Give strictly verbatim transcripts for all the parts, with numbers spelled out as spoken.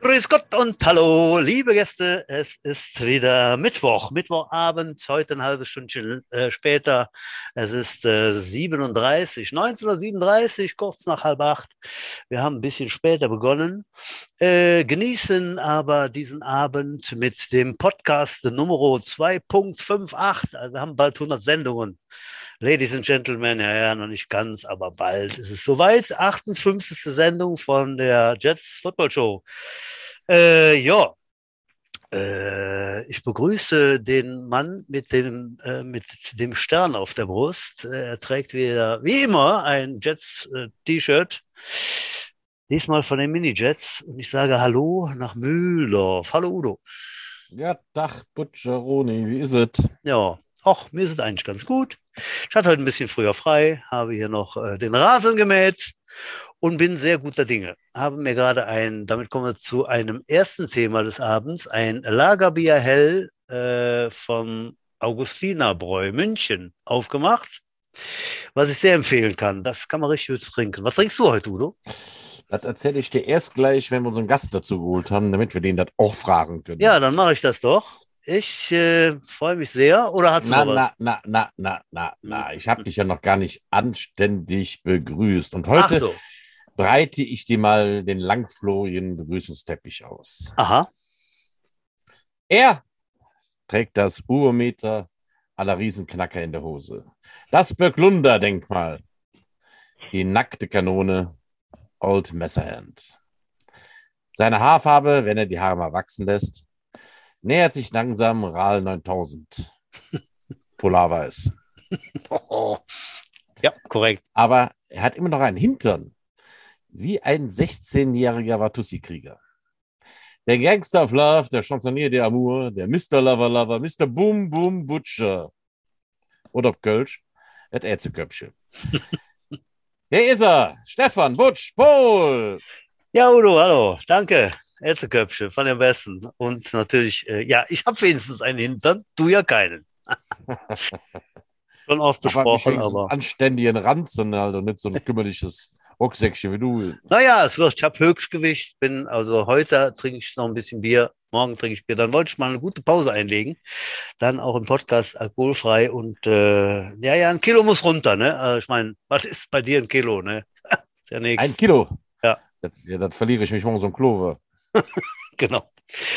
Grüß Gott und hallo, liebe Gäste. Es ist wieder Mittwoch, Mittwochabend, heute ein halbes Stündchen äh, später. Es ist äh, siebenunddreißig, neunzehn Uhr siebenunddreißig, kurz nach halb acht. Wir haben ein bisschen später begonnen, äh, genießen aber diesen Abend mit dem Podcast Nummer zwei Punkt achtundfünfzig. Also wir haben bald hundert Sendungen. Ladies and Gentlemen, ja, ja, noch nicht ganz, aber bald ist es soweit. achtundfünfzigste Sendung von der Jets Football Show. Äh, ja, äh, ich begrüße den Mann mit dem, äh, mit dem Stern auf der Brust. Er trägt wieder, wie immer, ein Jets-T-Shirt. Diesmal von den Mini-Jets. Und ich sage Hallo nach Mühldorf. Hallo Udo. Ja, Dach, Butcheroni, wie ist es? Ja, ach, mir ist es eigentlich ganz gut. Ich hatte heute ein bisschen früher frei, habe hier noch äh, den Rasen gemäht und bin sehr guter Dinge. Habe mir gerade ein, damit kommen wir zu einem ersten Thema des Abends, ein Lagerbier Hell äh, vom Augustinerbräu München aufgemacht, was ich sehr empfehlen kann. Das kann man richtig gut trinken. Was trinkst du heute, Udo? Das erzähle ich dir erst gleich, wenn wir unseren Gast dazu geholt haben, damit wir den das auch fragen können. Ja, dann mache ich das doch. Ich äh, freue mich sehr. Oder hast du Na, noch was? na, na, na, na, na, na. Ich habe dich ja noch gar nicht anständig begrüßt. Und Ach heute so. breite ich dir mal den langflorigen Begrüßungsteppich aus. Aha. Er trägt das Urmeter aller Riesenknacker in der Hose. Das Birklunder-Denkmal. Die nackte Kanone Old Messerhand. Seine Haarfarbe, wenn er die Haare mal wachsen lässt, nähert sich langsam Ral neuntausend. Polarweiß. Oh. Ja, korrekt. Aber er hat immer noch einen Hintern. Wie ein sechzehnjähriger Watussi-Krieger. Der Gangster of Love, der Chansonnier de Amour, der Mister Lover Lover, Mister Boom Boom Butcher. Oder ob Kölsch, das Ärzteköpfchen. Hier ist er, Stefan Butch Pohl. Ja, Udo, hallo, danke. Ätzeköpfchen von den Besten. Und natürlich, äh, ja, ich habe wenigstens einen Hintern, du ja keinen. Schon oft Aber mich besprochen, wegen so aber. einen anständigen Ranzen halt und nicht so ein kümmerliches Rucksäckchen wie du. Naja, es wird, ich habe Höchstgewicht, bin, also heute trinke ich noch ein bisschen Bier, morgen trinke ich Bier. Dann wollte ich mal eine gute Pause einlegen. Dann auch im Podcast alkoholfrei und äh, ja, ja, ein Kilo muss runter, ne? Also ich meine, was ist bei dir ein Kilo, ne? Ist ja Ein nichts. Kilo. Ja. Das, ja, das verliere ich mich morgen so im Klo. Genau.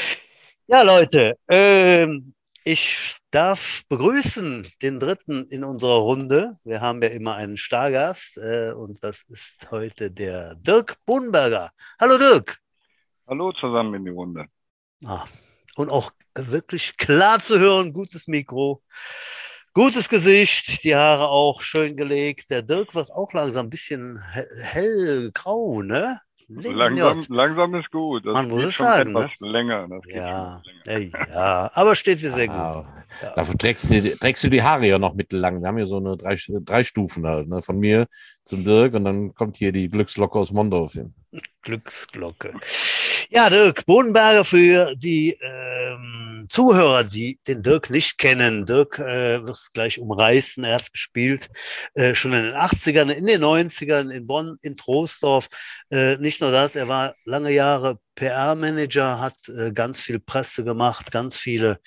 Ja, Leute, ähm, ich darf begrüßen den dritten in unserer Runde. Wir haben ja immer einen Stargast äh, und das ist heute der Dirk Bohnberger. Hallo Dirk. Hallo zusammen in die Runde. Ah, und auch wirklich klar zu hören, gutes Mikro, gutes Gesicht, die Haare auch schön gelegt. Der Dirk wird auch langsam ein bisschen he- hellgrau, ne? Langsam, langsam ist gut. Das Man muss geht es schon sagen, etwas ne? länger. Das geht Ja, schon etwas länger. ja, ja, aber steht dir sehr gut. Ah, Ja. Dafür trägst du, trägst du die Haare ja noch mittellang. Wir haben hier so eine drei, drei Stufen halt, ne? Von mir zum Dirk und dann kommt hier die Glückslocke aus Mondorf hin. Glücksglocke. Ja, Dirk Bohnenberger für die ähm, Zuhörer, die den Dirk nicht kennen. Dirk äh, wird es gleich umreißen. Er hat gespielt äh, schon in den achtzigern, in den neunzigern, in Bonn, in Troisdorf. Äh, nicht nur das, er war lange Jahre P R-Manager, hat äh, ganz viel Presse gemacht, ganz viele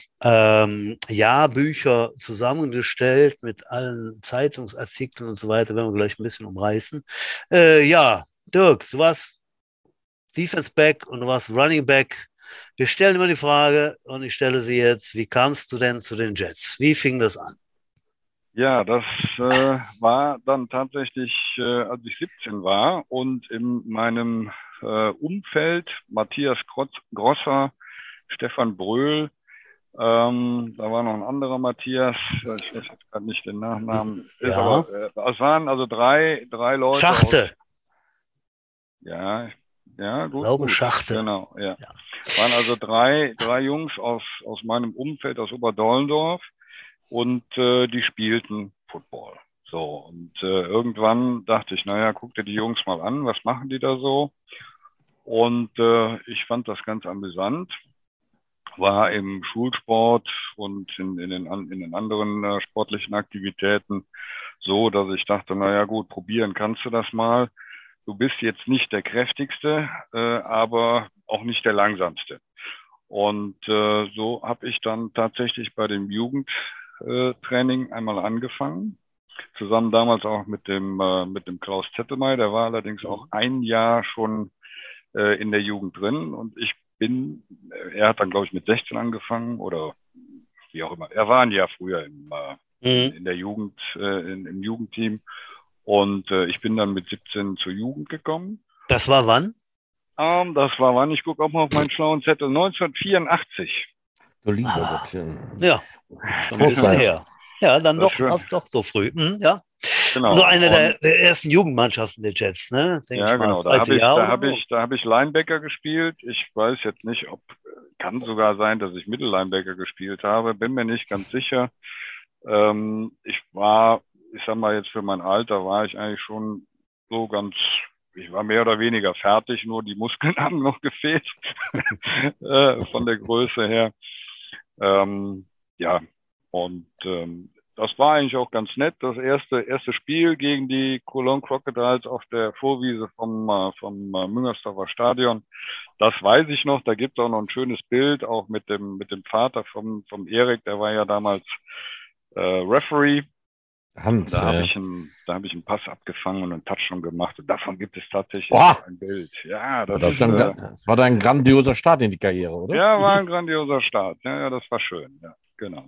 ähm, Jahrbücher zusammengestellt mit allen Zeitungsartikeln und so weiter. Werden wir gleich ein bisschen umreißen. Äh, ja, Dirk, du warst Defense Back und du warst Running Back. Wir stellen immer die Frage und ich stelle sie jetzt, wie kamst du denn zu den Jets? Wie fing das an? Ja, das äh, war dann tatsächlich, äh, als ich siebzehn war und in meinem äh, Umfeld Matthias Grotz, Grosser, Stefan Bröhl, ähm, da war noch ein anderer Matthias, ich weiß jetzt gerade nicht den Nachnamen, ist Ja. aber, äh, es waren also drei, drei Leute. Schachte. Aus, ja, ja, gut. Ich glaube, gut. Schachte. Genau, ja. Ja. Waren also drei, drei Jungs aus, aus meinem Umfeld, aus Oberdollendorf, und äh, die spielten Football. So, und äh, irgendwann dachte ich, naja, guck dir die Jungs mal an, was machen die da so? Und äh, ich fand das ganz amüsant. War im Schulsport und in, in, den, in den anderen äh, sportlichen Aktivitäten so, dass ich dachte, naja gut, probieren kannst du das mal. Du bist jetzt nicht der Kräftigste, äh, aber auch nicht der langsamste. Und äh, so habe ich dann tatsächlich bei dem Jugendtraining einmal angefangen. Zusammen damals auch mit dem, äh, mit dem Klaus Zettelmeier. Der war allerdings auch ein Jahr schon äh, in der Jugend drin. Und ich bin, er hat dann, glaube ich, mit sechzehn angefangen oder wie auch immer. Er war ein Jahr früher im, äh, in, in der Jugend, äh, in, im Jugendteam. Und äh, ich bin dann mit siebzehn zur Jugend gekommen. Das war wann? Um, das war wann? Ich gucke auch mal auf meinen schlauen Zettel. neunzehnhundertvierundachtzig. Du lieber Ah, Gott. Ja, ja, schon ein bisschen her. Ja, dann doch, Das doch so früh. Hm, ja. Genau. So eine der, Und, der ersten Jugendmannschaften der Jets, ne? Denk ja, ich mal, genau. Da habe ich, Jahre da oder habe so. ich, da habe ich Linebacker gespielt. Ich weiß jetzt nicht, ob, kann sogar sein, dass ich Mittellinebacker gespielt habe. Bin mir nicht ganz sicher. Ähm, ich war, ich sag mal jetzt für mein Alter, war ich eigentlich schon so ganz, ich war mehr oder weniger fertig, nur die Muskeln haben noch gefehlt äh, von der Größe her. Ähm, ja, und ähm, das war eigentlich auch ganz nett. Das erste erste Spiel gegen die Cologne Crocodiles auf der Vorwiese vom äh, vom äh, Müngersdorfer Stadion. Das weiß ich noch. Da gibt es auch noch ein schönes Bild, auch mit dem mit dem Vater vom vom Erik. Der war ja damals äh, Referee. Hans, Da habe äh, ich einen, da habe ich einen Pass abgefangen und einen Touchdown gemacht. Und davon gibt es tatsächlich Boah! ein Bild. Ja, das, das, ist ein, äh, das war da ein grandioser Start in die Karriere, oder? ja, war ein grandioser Start. Ja, ja, das war schön. Ja, genau.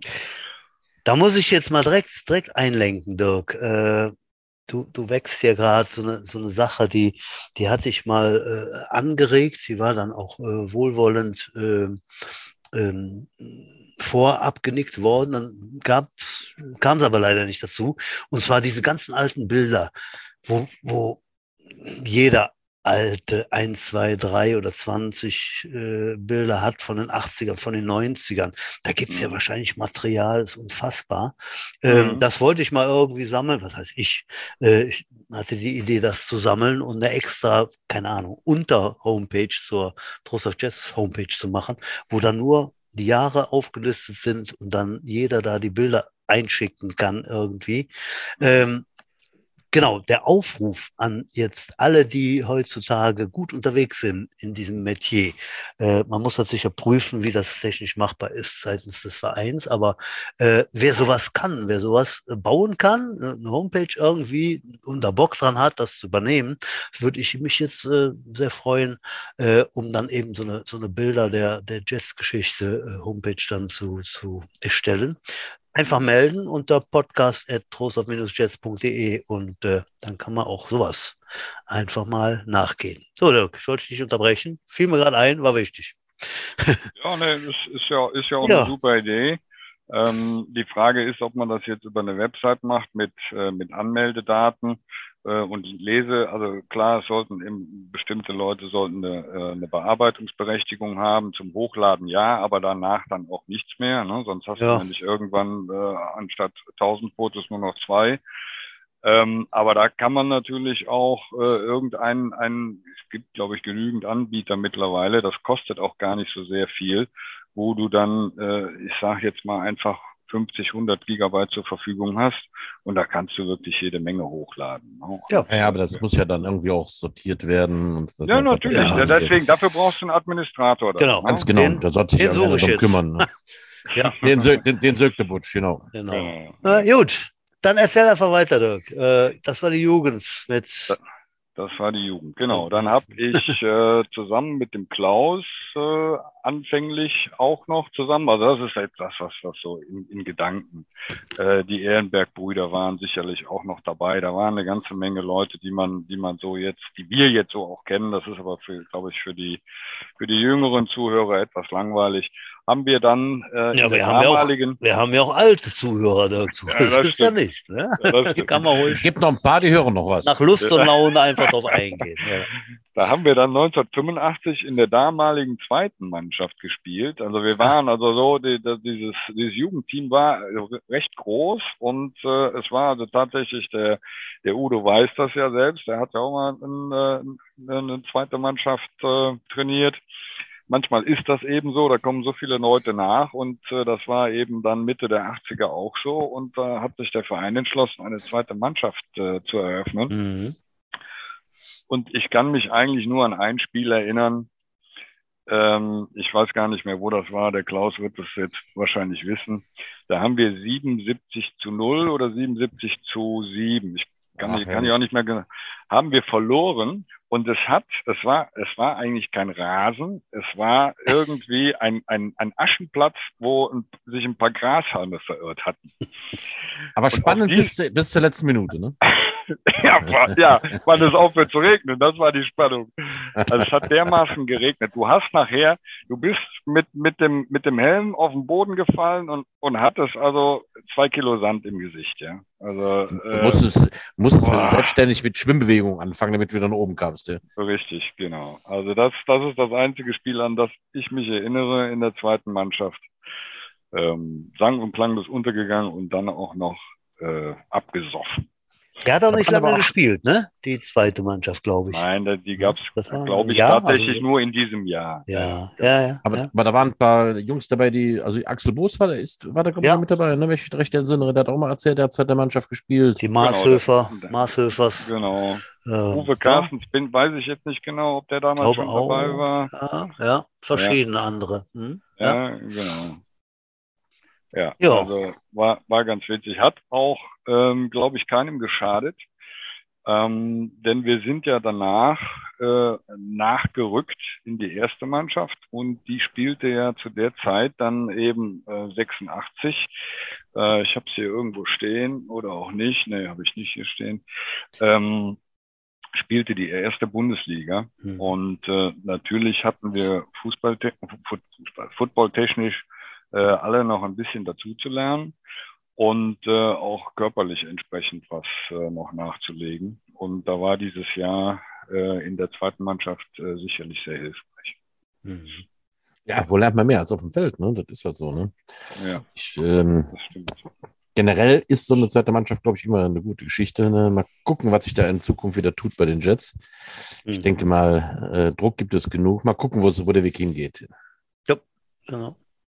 Da muss ich jetzt mal direkt, direkt einlenken, Dirk. Äh, du, du wächst hier gerade so eine, so eine Sache, die, die hat sich mal äh, angeregt. Sie war dann auch äh, wohlwollend äh, ähm, vorab genickt worden. Dann gab's, kam es aber leider nicht dazu. Und zwar diese ganzen alten Bilder, wo, wo jeder alte ein, zwei, drei oder zwanzig äh, Bilder hat von den achtzigern, von den neunzigern. Da gibt es ja Mhm. wahrscheinlich Material, ist unfassbar. Ähm, Mhm. das wollte ich mal irgendwie sammeln. Was heißt ich? Äh, ich hatte die Idee, das zu sammeln und eine extra, keine Ahnung, Unter-Homepage zur Trost of Jazz Homepage zu machen, wo dann nur die Jahre aufgelistet sind und dann jeder da die Bilder einschicken kann irgendwie. Mhm. Ähm, Genau, der Aufruf an jetzt alle, die heutzutage gut unterwegs sind in diesem Metier. Äh, man muss das sicher prüfen, wie das technisch machbar ist seitens des Vereins, aber äh, wer sowas kann, wer sowas äh, bauen kann, äh, eine Homepage irgendwie und da Bock dran hat, das zu übernehmen, würde ich mich jetzt äh, sehr freuen, äh, um dann eben so eine, so eine Bilder der, der Jazz-Geschichte äh, Homepage dann zu, zu erstellen. Einfach melden unter podcast at trost jazz punkt de und äh, dann kann man auch sowas einfach mal nachgehen. So, Dirk, ich wollte dich nicht unterbrechen. Fiel mir gerade ein, war wichtig. Ja, ne, das ist ja, ist ja auch Ja. eine super Idee. Ähm, die Frage ist, ob man das jetzt über eine Website macht mit, äh, mit Anmeldedaten äh, und Lese. Also klar, es sollten eben, bestimmte Leute sollten eine, äh, eine Bearbeitungsberechtigung haben, zum Hochladen ja, aber danach dann auch nichts mehr. Ne? Sonst hast Ja. du nämlich irgendwann äh, anstatt tausend Fotos nur noch zwei. Ähm, aber da kann man natürlich auch äh, irgendeinen, einen, es gibt, glaube ich, genügend Anbieter mittlerweile, das kostet auch gar nicht so sehr viel, wo du dann, äh, ich sage jetzt mal einfach fünfzig, hundert Gigabyte zur Verfügung hast und da kannst du wirklich jede Menge hochladen. Ne? Ja. Ja, aber das muss ja dann irgendwie auch sortiert werden. Und Ja, natürlich. Ja. Ja, deswegen, dafür brauchst du einen Administrator. Dann, Genau. ne? Ganz genau, Den- da sollte sich den ja suche einer ich drum jetzt. kümmern. Ne? Ja, Den, Sö- den, den Sögtebutsch, genau. genau. Ja. Äh, gut, dann erzähl einfach weiter, Dirk. Äh, das war die Jugend mit. Das war die Jugend, genau. Dann habe ich äh, zusammen mit dem Klaus äh, anfänglich auch noch zusammen, also das ist etwas, was, was so in, in Gedanken, äh, die Ehrenberg-Brüder waren sicherlich auch noch dabei. Da waren eine ganze Menge Leute, die man, die man so jetzt, die wir jetzt so auch kennen. Das ist aber für, glaube ich, für die, für die jüngeren Zuhörer etwas langweilig. Haben wir dann äh, Ja, in wir der haben ja, auch, damaligen, wir haben ja auch alte Zuhörer dazu. Ja, das, das ist ja stimmt. nicht. Ne? Ja, das Hier stimmt. kann man ruhig Gibt noch ein paar, die hören noch was. nach Lust und Laune einfach drauf eingehen. Ja. Da haben wir dann neunzehnhundertfünfundachtzig in der damaligen zweiten Mannschaft gespielt. Also wir waren also so, die, die, dieses, dieses Jugendteam war recht groß und äh, es war also tatsächlich der, der Udo weiß das ja selbst, der hat ja auch mal ein, äh, eine zweite Mannschaft äh, trainiert. Manchmal ist das eben so, da kommen so viele Leute nach und äh, das war eben dann Mitte der achtziger auch so und da äh, hat sich der Verein entschlossen, eine zweite Mannschaft äh, zu eröffnen. Mhm. Und ich kann mich eigentlich nur an ein Spiel erinnern. ähm, ich weiß gar nicht mehr, wo das war, der Klaus wird das jetzt wahrscheinlich wissen. Da haben wir siebenundsiebzig zu null oder siebenundsiebzig zu sieben. Ich kann, Ach, ich, kann ich auch nicht mehr genau. Haben wir verloren und es hat, es war, es war eigentlich kein Rasen, es war irgendwie ein, ein, ein Aschenplatz, wo ein, sich ein paar Grashalme verirrt hatten. Aber Und spannend auf bis, bis zur letzten Minute, ne? ja, war, ja, wann es aufhört zu regnen, das war die Spannung. Also es hat dermaßen geregnet. Du hast nachher, du bist mit, mit, dem, mit dem Helm auf den Boden gefallen und, und hattest also zwei Kilo Sand im Gesicht, ja. Also, Du äh, musstest, musstest boah. selbstständig mit Schwimmbewegungen anfangen, damit du wieder nach oben kamst. Ja. Richtig, genau. Also das, das ist das einzige Spiel, an das ich mich erinnere in der zweiten Mannschaft. Ähm, sang und klanglos untergegangen und dann auch noch äh, abgesoffen. Der hat auch Da nicht waren aber lange auch- gespielt, ne? Die zweite Mannschaft, glaube ich. Nein, da- die Ja, gab das es, war glaube ein ich, Jahr, tatsächlich also- nur in diesem Jahr. Ja, genau. ja, ja. Aber, ja. aber da waren ein paar Jungs dabei, die, also Axel Boos war, der ist, war da, glaube ich, Ja. noch mit dabei, ne? Wenn ich mich recht erinnere, der hat auch mal erzählt, der hat zweite Mannschaft gespielt. Die Maßhöfer, das- Maßhöfers. Genau. Äh, Uwe Carstens, bin, weiß ich jetzt nicht genau, ob der damals glaube schon auch. dabei war. Ja, ja, verschiedene andere. Hm? Ja. Ja, genau. Ja, Ja. also war, war ganz witzig. Hat auch, ähm, glaube ich, keinem geschadet. Ähm, denn wir sind ja danach äh, nachgerückt in die erste Mannschaft und die spielte ja zu der Zeit dann eben äh, sechsundachtzig. Äh, ich habe es hier irgendwo stehen oder auch nicht. Nee, habe ich nicht hier stehen. Ähm, spielte die erste Bundesliga. Hm. Und äh, natürlich hatten wir Fußball, Fußball, footballtechnisch äh, alle noch ein bisschen dazu zu lernen und äh, auch körperlich entsprechend was äh, noch nachzulegen. Und da war dieses Jahr äh, in der zweiten Mannschaft äh, sicherlich sehr hilfreich. Hm. Ja, wo lernt man mehr als auf dem Feld, ne? Das ist halt so, ne? Ja, Ich, ähm, das stimmt. generell ist so eine zweite Mannschaft, glaube ich, immer eine gute Geschichte. Ne? Mal gucken, was sich da in Zukunft wieder tut bei den Jets. Ich Hm. denke mal, äh, Druck gibt es genug. Mal gucken, wo, es, wo der Weg hingeht. Genau.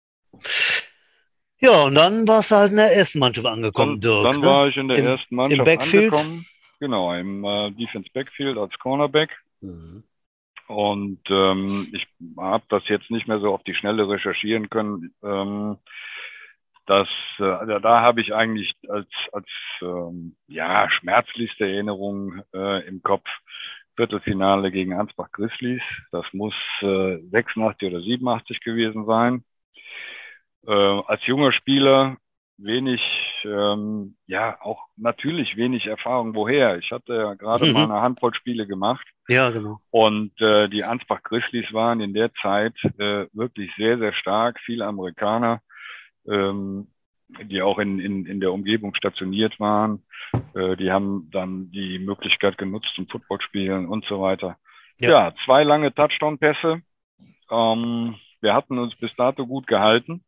Ja, und dann warst du halt in der ersten Mannschaft Dann, angekommen, Dirk. dann ne? war ich in der Im- ersten Mannschaft Backfield? angekommen. Genau, im äh, Defense Backfield als Cornerback. Mhm. Und ähm, ich habe das jetzt nicht mehr so auf die Schnelle recherchieren können. Ähm, das, äh, da, da habe ich eigentlich als, als ähm, ja, schmerzlichste Erinnerung äh, im Kopf Viertelfinale gegen Ansbach Grizzlies. Das muss äh, sechsundachtzig oder siebenundachtzig gewesen sein. Äh, als junger Spieler wenig, ähm, ja, auch natürlich wenig Erfahrung. Woher? Ich hatte ja gerade Mhm. mal eine Handvoll Spiele gemacht. Ja, genau. Und äh, die Ansbach Grizzlies waren in der Zeit äh, wirklich sehr, sehr stark. Viele Amerikaner, ähm, die auch in, in, in der Umgebung stationiert waren. Äh, die haben dann die Möglichkeit genutzt zum Football spielen und so weiter. Ja. Ja, zwei lange Touchdown-Pässe. Ähm, wir hatten uns bis dato gut gehalten.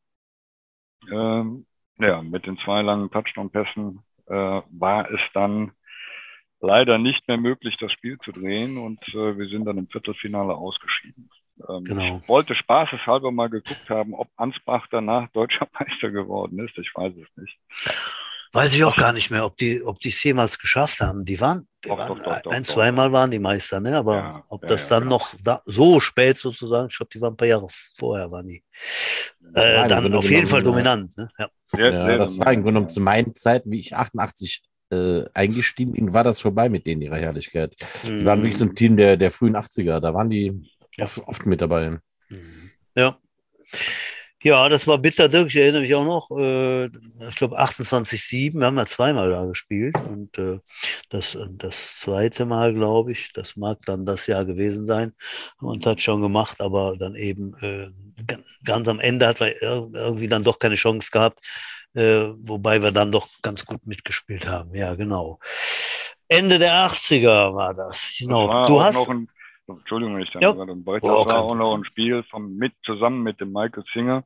Ähm, ja, mit den zwei langen Touchdown-Pässen äh, war es dann leider nicht mehr möglich, das Spiel zu drehen und äh, wir sind dann im Viertelfinale ausgeschieden. Ähm, Genau. Ich wollte spaßeshalber mal geguckt haben, ob Ansbach danach deutscher Meister geworden ist. Ich weiß es nicht. Weiß ich auch gar nicht mehr, ob die, ob die es jemals geschafft haben. Die waren, die Doch, waren doch, doch, doch, ein, doch. zweimal waren die Meister, ne? Aber Ja, ob ja, das ja, dann genau. noch da, so spät sozusagen, ich glaube, die waren ein paar Jahre vorher, waren die. Das war Äh, im dann Grunde auf jeden Fall genommen, dominant. Ne? Ja. Sehr, Ja, sehr das war im Grunde genommen dominant, zu meinen Zeiten, wie ich achtundachtzig äh, eingestiegen bin, war das vorbei mit denen ihrer Herrlichkeit. Die waren wirklich so ein Team der, der frühen achtziger, da waren die Ja. oft, oft mit dabei. Mhm. Ja. Ja, das war bitter, Dirk. Ich erinnere mich auch noch. Äh, ich glaube, achtundzwanzig sieben. Wir haben ja zweimal da gespielt. Und äh, das, das zweite Mal, glaube ich, das mag dann das Jahr gewesen sein, haben wir einen Touchdown gemacht, aber dann eben äh, ganz, ganz am Ende hat wir ir- irgendwie dann doch keine Chance gehabt, äh, wobei wir dann doch ganz gut mitgespielt haben. Ja, genau. Ende der achtziger war das. Das Genau. war Du auch hast. noch ein, Entschuldigung, wenn ich da Ja. gerade unterbreche, das Oh, war kein auch noch Problem. ein Spiel vom, mit, zusammen mit dem Michael Singer,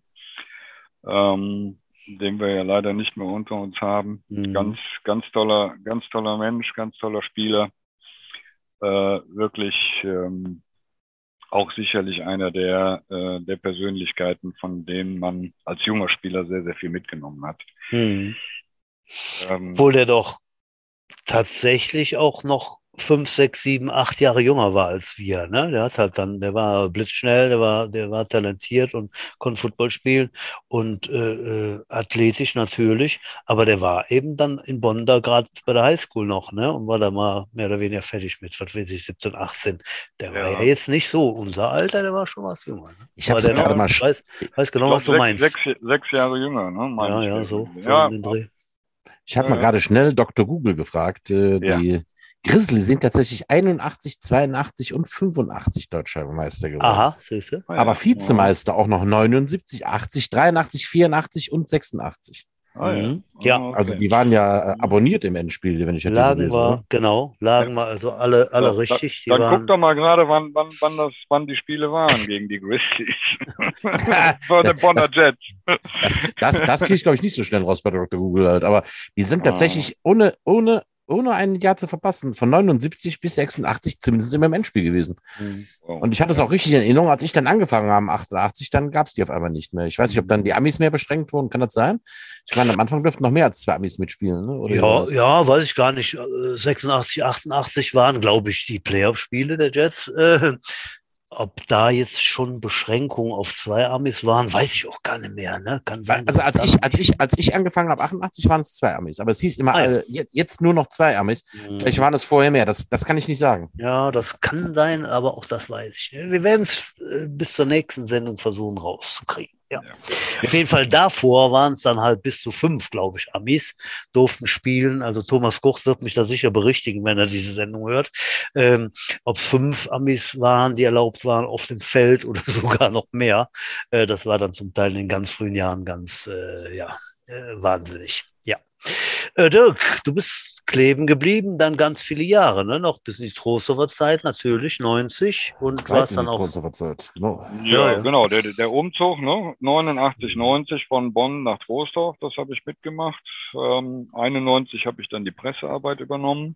ähm, den wir ja leider nicht mehr unter uns haben. Mhm. Ganz, ganz toller, ganz toller Mensch, ganz toller Spieler. Äh, wirklich ähm, auch sicherlich einer der, äh, der Persönlichkeiten, von denen man als junger Spieler sehr, sehr viel mitgenommen hat. Mhm. Ähm, Obwohl der doch tatsächlich auch noch fünf, sechs, sieben, acht Jahre jünger war als wir, ne? Der hat halt dann, der war blitzschnell, der war, der war talentiert und konnte Football spielen und äh, äh, athletisch natürlich, aber der war eben dann in Bonn da gerade bei der Highschool noch, ne? Und war da mal mehr oder weniger fertig mit, was weiß ich, siebzehn, achtzehn. Der war ja Ja. jetzt nicht so unser Alter, der war schon was jünger. Ne? Ich Aber habe es der Ja, gerade mal. ich weiß, weiß ich genau, glaube, was du sechs, meinst. sechs, sechs Jahre jünger, ne, meine Ja, ich. ja, wäre so, gewesen. so Ja, um den Dreh. Ich habe ja, mal ja. gerade schnell Doktor Google gefragt. Äh, Ja. Die Grizzlies sind tatsächlich einundachtzig, zweiundachtzig und fünfundachtzig Deutscher Meister geworden. Aha, siehst du? Ah, Aber ja. Vizemeister auch noch neunundsiebzig, achtzig, dreiundachtzig, vierundachtzig und sechsundachtzig. Ah, ja. Mhm. Ja. Ah, okay. Also die waren ja äh, abonniert im Endspiel, wenn ich hätte so Lagen lese, wir, oder? genau, lagen wir also alle, alle So, da, richtig. Die dann guck waren, doch mal gerade, wann, wann, wann, das, wann die Spiele waren gegen die Grizzlies. Vor den Bonner Jets. Das, das, das kriege ich, glaube ich, nicht so schnell raus bei Doktor Google halt. Aber die sind tatsächlich ohne, ohne, ohne ein Jahr zu verpassen, von neunundsiebzig bis sechsundachtzig zumindest immer im Endspiel gewesen. Mhm. Und ich hatte es auch richtig in Erinnerung, als ich dann angefangen habe, achtundachtzig, dann gab es die auf einmal nicht mehr. Ich weiß nicht, ob dann die Amis mehr beschränkt wurden, kann das sein? Ich meine, am Anfang dürften noch mehr als zwei Amis mitspielen, ne? Oder wie war Ja, das? ja, weiß ich gar nicht. Äh, sechsundachtzig, achtundachtzig waren, glaube ich, die Playoff-Spiele der Jets. Äh, ob da jetzt schon Beschränkungen auf zwei Amis waren, weiß ich auch gar nicht mehr. Ne? Kann sein, dass Also als es ich, dann- als ich, als ich angefangen habe, achtundachtzig, waren es zwei Amis. Aber es hieß immer, Ah, ja. äh, jetzt, jetzt nur noch zwei Amis. Mhm. Vielleicht waren es vorher mehr. Das, das kann ich nicht sagen. Ja, das kann sein, aber auch das weiß ich nicht. Wir werden es äh, bis zur nächsten Sendung versuchen rauszukriegen. Ja. Ja. Auf jeden Fall davor waren es dann halt bis zu fünf, glaube ich, Amis, durften spielen. Also Thomas Koch wird mich da sicher berichtigen, wenn er diese Sendung hört. Ähm, ob es fünf Amis waren, die erlaubt waren auf dem Feld oder sogar noch mehr. Äh, das war dann zum Teil in den ganz frühen Jahren ganz, äh, ja, äh, wahnsinnig. Ja. Äh, Dirk, du bist kleben geblieben, dann ganz viele Jahre, ne? Noch bis in die Trostorfer Zeit, natürlich, neunzig. Und warst dann auch. Zeit. Genau. Ja, Ja, ja. genau, der, der Umzug, ne? neunundachtzig, neunzig von Bonn nach Troisdorf, das habe ich mitgemacht. Ähm, einundneunzig habe ich dann die Pressearbeit übernommen.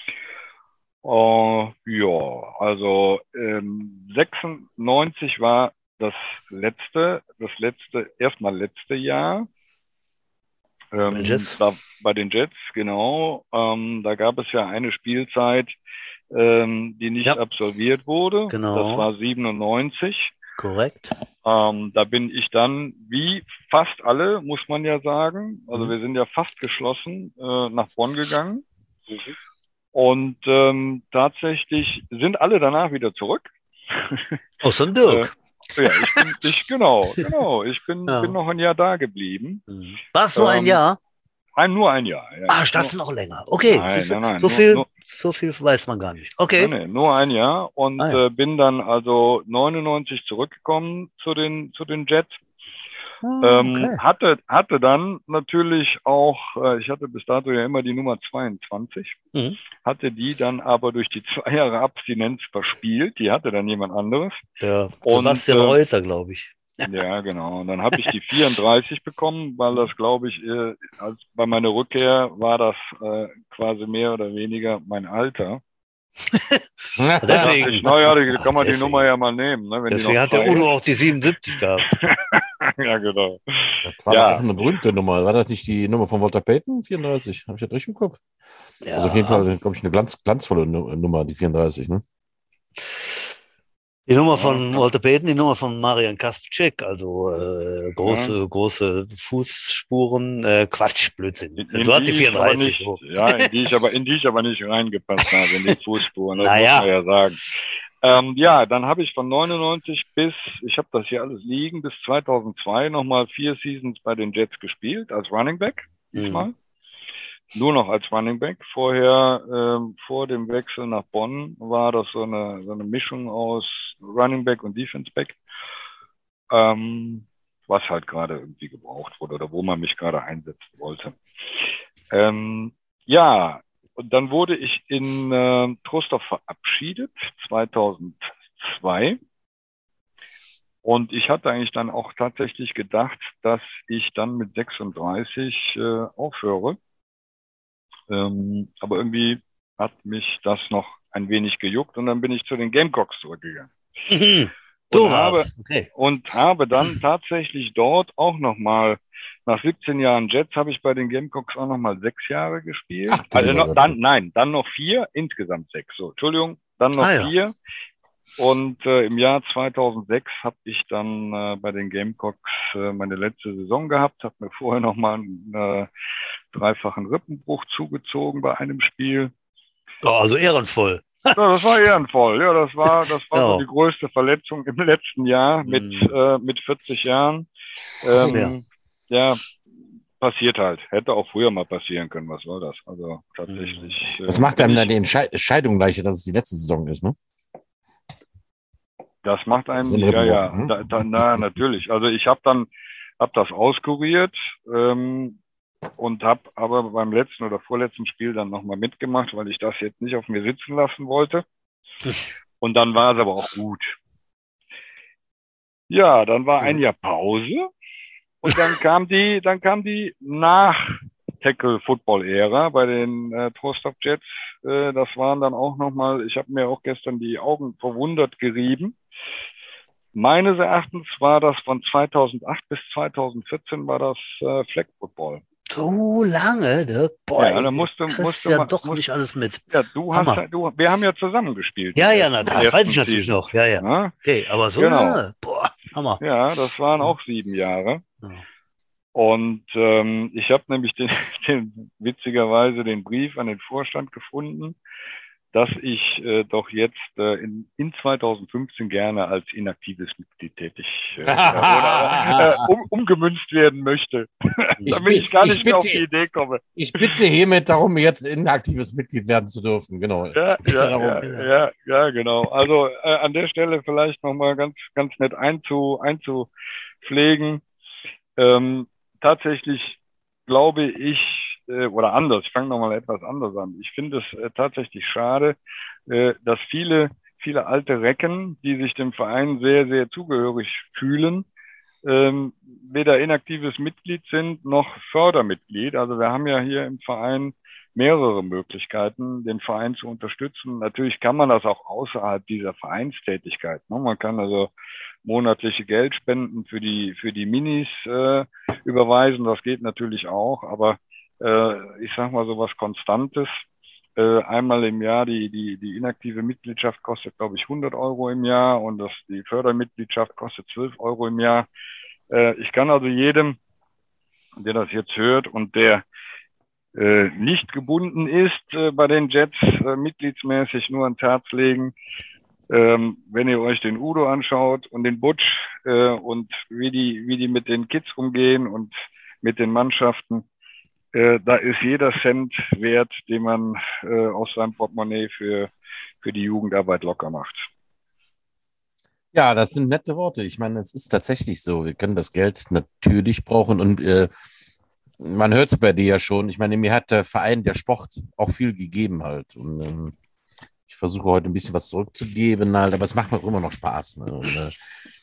Äh, ja, also ähm, sechsundneunzig war das letzte, das letzte, erstmal letzte Jahr. Bei den Ähm, Jets? da, bei den Jets, genau. Ähm, da gab es ja eine Spielzeit, ähm, die nicht Ja. absolviert wurde. Genau. Das war siebenundneunzig. Korrekt. Ähm, da bin ich dann, wie fast alle, muss man ja sagen, also Mhm. wir sind ja fast geschlossen äh, nach Bonn gegangen. Und ähm, tatsächlich sind alle danach wieder zurück. Außer ein Dirk. Ja, ich bin, ich, genau, genau. Ich bin, Ja. bin noch ein Jahr da geblieben. Mhm. War es nur ein ähm, Jahr? Ein, nur ein Jahr. Ja. Ah, ich dachte noch länger. Okay, Nein, siehst du, nein, nein, so, nur- viel, nur- so viel weiß man gar nicht. Okay. Nee, nee, nur ein Jahr und Ah, ja. äh, bin dann also neunundneunzig zurückgekommen zu den, zu den Jets. Ah, Ähm, okay. hatte, hatte dann natürlich auch, äh, ich hatte bis dato ja immer die Nummer zweiundzwanzig, Mhm. hatte die dann aber durch die zwei Jahre Abstinenz verspielt. Die hatte dann jemand anderes. Ja, Und, Sebastian äh, Reuter, glaube ich. Ja, genau. Und dann habe ich die vierunddreißig bekommen, weil das, glaube ich, äh, als bei meiner Rückkehr war das äh, quasi mehr oder weniger mein Alter. Da dachte Deswegen, ich, naja, die kann man die Deswegen. Nummer ja mal nehmen. Ne, wenn die deswegen noch hat der frei Udo ist. auch die siebenundsiebzig gehabt. Ja, genau. Das war Ja. doch auch eine berühmte Nummer. War das nicht die Nummer von Walter Payton? vierunddreißig? Habe ich das richtig im Kopf? Ja. Also auf jeden Fall, glaube ich, eine glanz, glanzvolle Nu- Nummer, die vierunddreißig, ne? Die Nummer von Ja. Walter Payton, die Nummer von Marian Kaspczyk, also äh, große, große Fußspuren. Äh, Quatsch, Blödsinn. In, Du in hast die die ich aber vierunddreißig. nicht, so. ja, in die ich aber, in die ich aber nicht reingepasst habe, in die Fußspuren. Das Naja. muss man ja sagen. Ähm, ja, dann habe ich von neunundneunzig bis, ich habe das hier alles liegen, bis zweitausendzwei nochmal vier Seasons bei den Jets gespielt, als Running Back, diesmal. Mhm. Nur noch als Running Back. Vorher, ähm, vor dem Wechsel nach Bonn, war das so eine, so eine Mischung aus Running Back und Defense Back, ähm, was halt gerade irgendwie gebraucht wurde oder wo man mich gerade einsetzen wollte. Ähm, ja, und dann wurde ich in äh, Trostorf verabschiedet, zweitausendzwei. Und ich hatte eigentlich dann auch tatsächlich gedacht, dass ich dann mit sechsunddreißig äh, aufhöre. Ähm, aber irgendwie hat mich das noch ein wenig gejuckt und dann bin ich zu den Gamecocks zurückgegangen. Mhm. So Und habe, war's. Okay. und habe dann tatsächlich dort auch nochmal nach siebzehn Jahren Jets habe ich bei den Gamecocks auch nochmal sechs Jahre gespielt. Ach, also noch, dann, nein, dann noch vier, insgesamt sechs. So, Entschuldigung, dann noch Ah, ja. vier. Und äh, im Jahr zweitausendsechs habe ich dann äh, bei den Gamecocks äh, meine letzte Saison gehabt, habe mir vorher nochmal einen äh, dreifachen Rippenbruch zugezogen bei einem Spiel. Oh, also ehrenvoll. Ja, das war ehrenvoll. Ja, das war, das war Ja. so die größte Verletzung im letzten Jahr mit, Mhm. äh, mit vierzig Jahren. Ähm, ja. ja, passiert halt. Hätte auch früher mal passieren können. Was soll das? Also tatsächlich. Das äh, macht bin einem ich- dann die Entschei- Scheidung leichter, dass es die letzte Saison ist, ne? Das macht einen, So ein ja, ja, Rippenbruch, ne? da, da, na, natürlich. Also ich habe dann, habe das auskuriert ähm, und habe aber beim letzten oder vorletzten Spiel dann nochmal mitgemacht, weil ich das jetzt nicht auf mir sitzen lassen wollte. Und dann war es aber auch gut. Ja, dann war ein Jahr Pause und dann kam die, dann kam die Nach-Tackle-Football-Ära bei den äh, Trostop Jets. Äh, das waren dann auch nochmal, ich habe mir auch gestern die Augen verwundert gerieben. Meines Erachtens war das von zweitausendacht bis zweitausendvierzehn war das äh, Flag Football. So lange, Dirk? Boah, Ja, da ey, musste- kriegst musste ja man- doch musste- nicht alles mit. Ja, du hast Hammer. ja, du, wir haben ja zusammen gespielt. Ja, die ja, ersten- na, die das weiß ersten ich natürlich Seasons, noch. Ja, ja. ne? Okay, aber so Genau. lange. Boah, Hammer. Ja, das waren auch sieben Jahre. Ja. Und ähm, ich habe nämlich den, den, witzigerweise den Brief an den Vorstand gefunden, dass ich äh, doch jetzt äh, in, in zweitausendfünfzehn gerne als inaktives Mitglied tätig äh, oder, äh, um, umgemünzt werden möchte, Ich damit ich bitte- gar ich nicht mehr auf bitte- die Idee komme. Ich bitte hiermit darum, jetzt inaktives Mitglied werden zu dürfen. Genau. Ja, Ich bitte ja, darum. ja, ja, ja, genau. Also äh, an der Stelle vielleicht nochmal ganz, ganz nett einzu, einzupflegen. Ähm, tatsächlich glaube ich, äh, oder anders, ich fange nochmal etwas anders an. Ich finde es äh, tatsächlich schade, äh, dass viele, viele alte Recken, die sich dem Verein sehr, sehr zugehörig fühlen, ähm, weder inaktives Mitglied sind noch Fördermitglied. Also wir haben ja hier im Verein mehrere Möglichkeiten, den Verein zu unterstützen. Natürlich kann man das auch außerhalb dieser Vereinstätigkeit. Ne? Man kann also monatliche Geldspenden für die für die Minis äh, überweisen. Das geht natürlich auch, aber äh, ich sag mal so was Konstantes. Äh, einmal im Jahr die die die inaktive Mitgliedschaft kostet, glaube ich, hundert Euro im Jahr und das die Fördermitgliedschaft kostet zwölf Euro im Jahr. Äh, ich kann also jedem, der das jetzt hört und der äh, nicht gebunden ist äh, bei den Jets äh, mitgliedsmäßig nur ans Herz legen. Ähm, wenn ihr euch den Udo anschaut und den Butch äh, und wie die, wie die mit den Kids umgehen und mit den Mannschaften, äh, da ist jeder Cent wert, den man äh, aus seinem Portemonnaie für, für die Jugendarbeit locker macht. Ja, das sind nette Worte. Ich meine, es ist tatsächlich so. Wir können das Geld natürlich brauchen und äh, man hört es bei dir ja schon. Ich meine, mir hat der Verein, der Sport auch viel gegeben halt. Und ähm, ich versuche heute ein bisschen was zurückzugeben halt, aber es macht mir auch immer noch Spaß. Ne? Und, äh,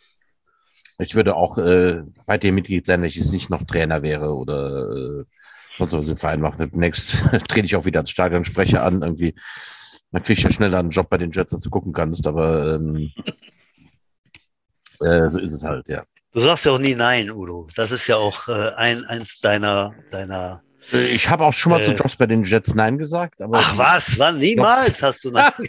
ich würde auch äh, weiterhin Mitglied sein, wenn ich jetzt nicht noch Trainer wäre oder äh, sonst was im Verein mache. Demnächst trete ich auch wieder als Stadionsprecher an. Irgendwie, man kriegt ja schneller einen Job bei den Jets, als du gucken kannst, aber ähm, äh, so ist es halt, ja. Du sagst ja auch nie nein, Udo. Das ist ja auch äh, ein, eins deiner, deiner. Äh, Ich habe auch schon mal Äh. zu Jobs bei den Jets Nein gesagt, aber Ach was, wann? Niemals hast du nein.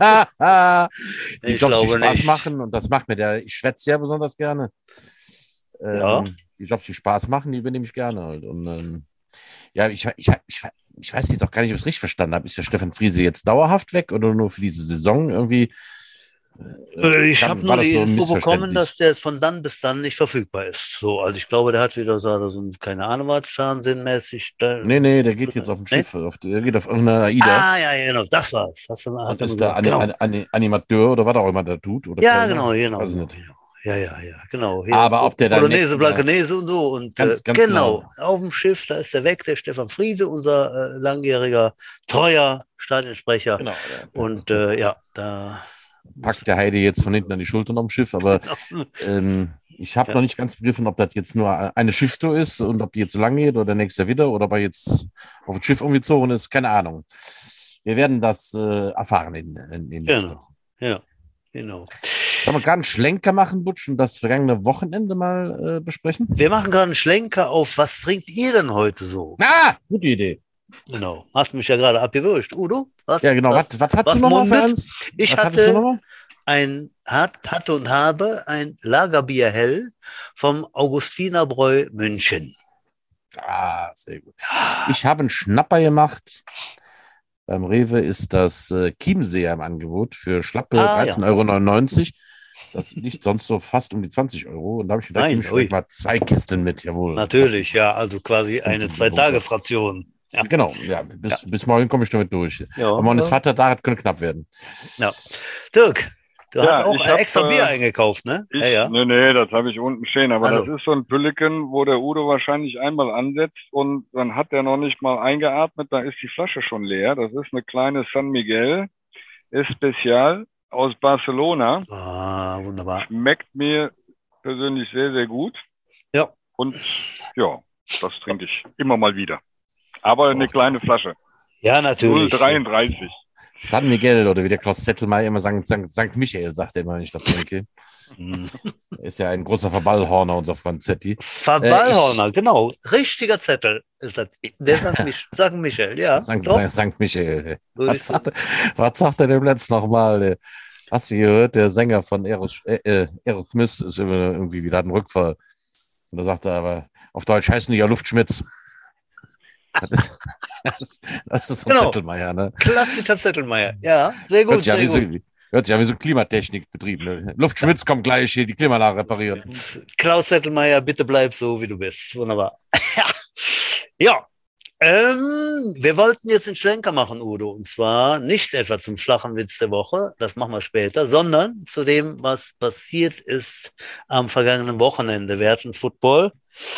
die Ich Jobs, die glaube Spaß nicht. machen und das macht mir der, ich schwätze ja besonders gerne. Ähm, Ja. Die Jobs, die Spaß machen, die übernehme ich gerne halt. Und ähm, ja, ich, ich, ich, ich weiß jetzt auch gar nicht, ob ich es richtig verstanden habe. Ist der Stefan Friese jetzt dauerhaft weg oder nur für diese Saison irgendwie? Äh, Ich Kam- habe war nur das die so Info bekommen, missverständlich? dass der von dann bis dann nicht verfügbar ist. So, also ich glaube, der hat wieder so, so ein, keine Ahnung was, Fernsehmäßig. Da, Nee, nee, der geht jetzt auf ein Nee? Schiff, auf, der geht auf irgendeine AIDA Ah, ja, ja, genau, das war's. Hast du, hast und du ist mir da gesagt. Ani, Genau. Ani, Ani, Animateur oder was auch immer der tut. Oder Ja, Kellner, genau, genau. weiß ich genau, nicht. genau. Ja, ja, ja, genau. Hier, Aber ob der dann Polonaise, nächsten Jahr- Blankenese und so. Und Ganz- äh, ganz genau, genau. auf dem Schiff, da ist der weg, der Stefan Friese, unser äh, langjähriger, treuer Stadionsprecher. Genau, der Und äh, ja, da. packt der Heidi jetzt von hinten an die Schultern am Schiff, aber ähm, ich habe Ja. noch nicht ganz begriffen, ob das jetzt nur eine Schiffstour ist und ob die jetzt so lang geht oder nächstes Jahr wieder oder ob er jetzt auf das Schiff umgezogen ist, keine Ahnung. Wir werden das äh, erfahren in, in, in Genau, ja, genau. Sollen wir gerade einen Schlenker machen, Butsch, und das vergangene Wochenende mal äh, besprechen? Wir machen gerade einen Schlenker auf, was trinkt ihr denn heute so? Ah, gute Idee. Genau, hast mich ja gerade abgewürgt. Udo, was? Ja, genau. Was, was, was hast was du nochmal für mundet? uns? Ich was hattest du noch hatte mal? ein, hat, hatte und habe ein Lagerbier hell vom Augustinerbräu München. Ah, sehr gut. Ich habe einen Schnapper gemacht. Beim Rewe ist das äh, Chiemseer im Angebot für schlappe Ah, ja. dreizehn Euro neunundneunzig. Das liegt sonst so fast um die zwanzig Euro. Und da habe ich gedacht, Nein, nehme ich ui. vielleicht mal zwei Kisten mit. Jawohl. Natürlich, ja, also quasi eine Zwei-Tages-Ration. Ja. Genau, ja. Bis, bis morgen komme ich damit durch. Ja, Aber morgen ist ja. Vater da, das könnte knapp werden. Ja. Dirk, du Ja, hast auch ich ein hab, extra Bier äh, eingekauft, ne? Ich, ja, ja. Nee, nee, das habe ich unten stehen. Aber Also. das ist so ein Pülliken, wo der Udo wahrscheinlich einmal ansetzt und dann hat er noch nicht mal eingeatmet, da ist die Flasche schon leer. Das ist eine kleine San Miguel Especial aus Barcelona. Ah, wunderbar. Schmeckt mir persönlich sehr, sehr gut. Ja. Und ja, das trinke ich immer mal wieder. Aber eine kleine Flasche. Ja, null natürlich. dreiunddreißig. San Miguel oder wie der Klaus Zettelmeier immer sagt, Sankt Michael, sagt er immer, wenn ich das denke. Hm. Ist ja ein großer Verballhorner, unser Franzetti. Verballhorner, Äh, ich- genau. Richtiger Zettel ist das. Der sagt mich, Sankt Michael, ja. Sankt, doch. Sankt, Sankt Michael. Würde Was ich sagt, er- was sagt er dem letzten nochmal? äh? Hast du gehört, der Sänger von Aeros- äh, äh, Aerosmith ist immer irgendwie wieder einen Rückfall. Und da sagt er aber, auf Deutsch heißen die ja Luftschmitz. Das ist, das ist, das ist so ein Genau. Zettelmeier, ne? Klassischer Zettelmeier. Ja, sehr gut, Hört sich, an sehr wie so, gut. hört sich an wie so ein Klimatechnikbetrieb. Ne? Luftschmitz kommt gleich hier, die Klimaanlage reparieren. Klaus Zettelmeier, bitte bleib so, wie du bist. Wunderbar. ja. Ähm, wir wollten jetzt einen Schlenker machen, Udo. Und zwar nicht etwa zum flachen Witz der Woche, das machen wir später, sondern zu dem, was passiert ist am vergangenen Wochenende. Wir hatten Football.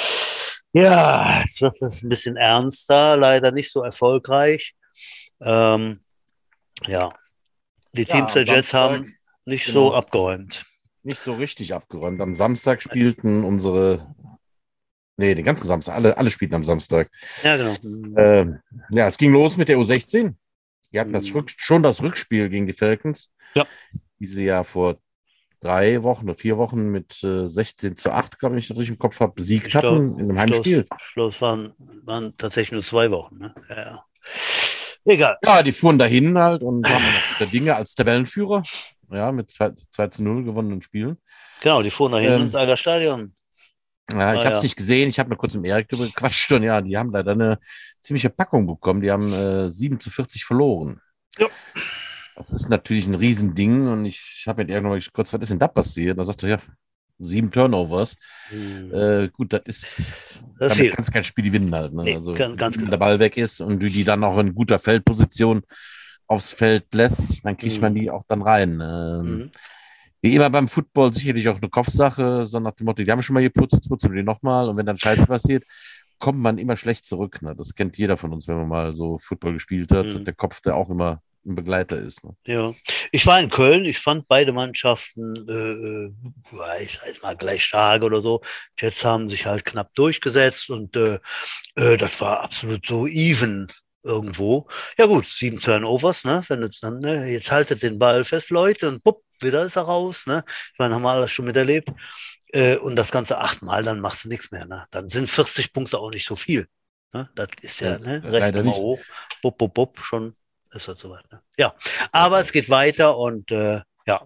Ja, jetzt wird es ein bisschen ernster, leider nicht so erfolgreich. Ähm, ja, die Ja, Teams der am Jets Samstag, haben nicht genau. so abgeräumt. Nicht so richtig abgeräumt. Am Samstag spielten unsere, nee, den ganzen Samstag, alle, alle spielten am Samstag. Ja, genau. Ähm, ja, es ging los mit der U sechzehn. Die hatten das Mhm. Rück, schon das Rückspiel gegen die Falcons. Ja. Die sie ja vor drei Wochen oder vier Wochen mit äh, sechzehn zu acht, glaube ich, richtig im Kopf habe, besiegt Ich glaub- hatten in einem Heimspiel. Schluss, Schluss waren, waren tatsächlich nur zwei Wochen. Ne? Ja, ja. Egal. Ja, die fuhren dahin halt und waren noch der Dinge als Tabellenführer. Ja, mit zwei zu null gewonnenen Spielen. Genau, die fuhren dahin Ähm, ins Eigerstadion. Ja, ich Ah, habe es ja. nicht gesehen. Ich habe nur kurz im Erik drüber gequatscht und ja, die haben leider eine ziemliche Packung bekommen. Die haben äh, sieben zu vierzig verloren. Ja. Das ist natürlich ein Riesending und ich habe mit irgendwann mal kurz, was ist denn da passiert? Da sagte er, ja, sieben Turnovers. Hm. Äh, gut, das ist, Das ist damit viel. kannst du kein Spiel gewinnen halt. Ne? Nee, also, ganz- ganz wenn klar. der Ball weg ist und du die dann auch in guter Feldposition aufs Feld lässt, dann kriegt Mhm. man die auch dann rein. Ähm, Mhm. Wie immer beim Football sicherlich auch eine Kopfsache, so nach dem Motto, die haben schon mal geputzt, jetzt putzen wir die nochmal. Und wenn dann Scheiße passiert, kommt man immer schlecht zurück. Ne? Das kennt jeder von uns, wenn man mal so Football gespielt hat. Mhm. Der Kopf, der auch immer ein Begleiter ist. Ne? Ja, ich war in Köln, ich fand beide Mannschaften, äh, äh, ich sag mal, gleich stark oder so. Jets haben sich halt knapp durchgesetzt und äh, äh, das war absolut so even irgendwo. Ja gut, sieben Turnovers, ne? Wenn jetzt dann, ne? Jetzt haltet den Ball fest, Leute, und bupp, wieder ist er raus, ne? Ich meine, haben wir alles schon miterlebt. Äh, und das Ganze achtmal, dann machst du nichts mehr, ne? Dann sind vierzig Punkte auch nicht so viel. Ne? Das ist ja, Ja, ne? leider Rechne mal nicht. hoch, bupp, bupp, bupp, schon ist das soweit. Ne? Ja, aber es geht weiter und äh, ja,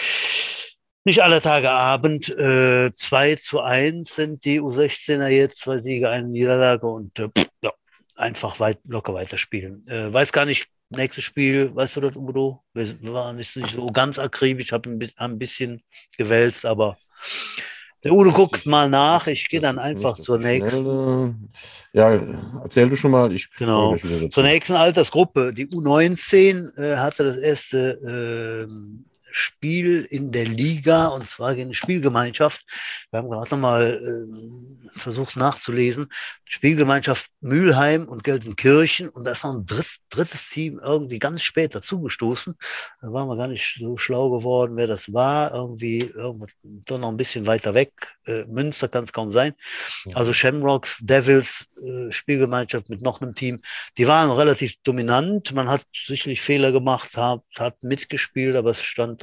nicht alle Tage Abend. Äh, zwei zu eins sind die U sechzehner jetzt, zwei Siege, eine Niederlage und äh, pff, ja, einfach weit, locker weiterspielen. Äh, weiß gar nicht, nächstes Spiel, weißt du das, Udo? Wir waren nicht so ganz akribisch, habe ein, bi- ein bisschen gewälzt, aber der Udo guckt mal nach. Ich gehe dann Das ist einfach nicht zur das nächsten. Schnelle. Ja, erzähl du schon mal. Ich Genau. komme gleich wieder dazu. Zur nächsten Altersgruppe. Die U neunzehn äh, hatte das erste ähm, Spiel in der Liga und zwar gegen die Spielgemeinschaft. Wir haben gerade nochmal ähm, versucht nachzulesen. Spielgemeinschaft Mülheim und Gelsenkirchen und da ist noch ein dritt, drittes Team irgendwie ganz spät dazugestoßen. Da waren wir gar nicht so schlau geworden, wer das war. Irgendwie irgendwo doch noch ein bisschen weiter weg. Äh, Münster kann es kaum sein. Also Shamrocks, Devils, äh, Spielgemeinschaft mit noch einem Team, die waren relativ dominant. Man hat sicherlich Fehler gemacht, hat, hat mitgespielt, aber es stand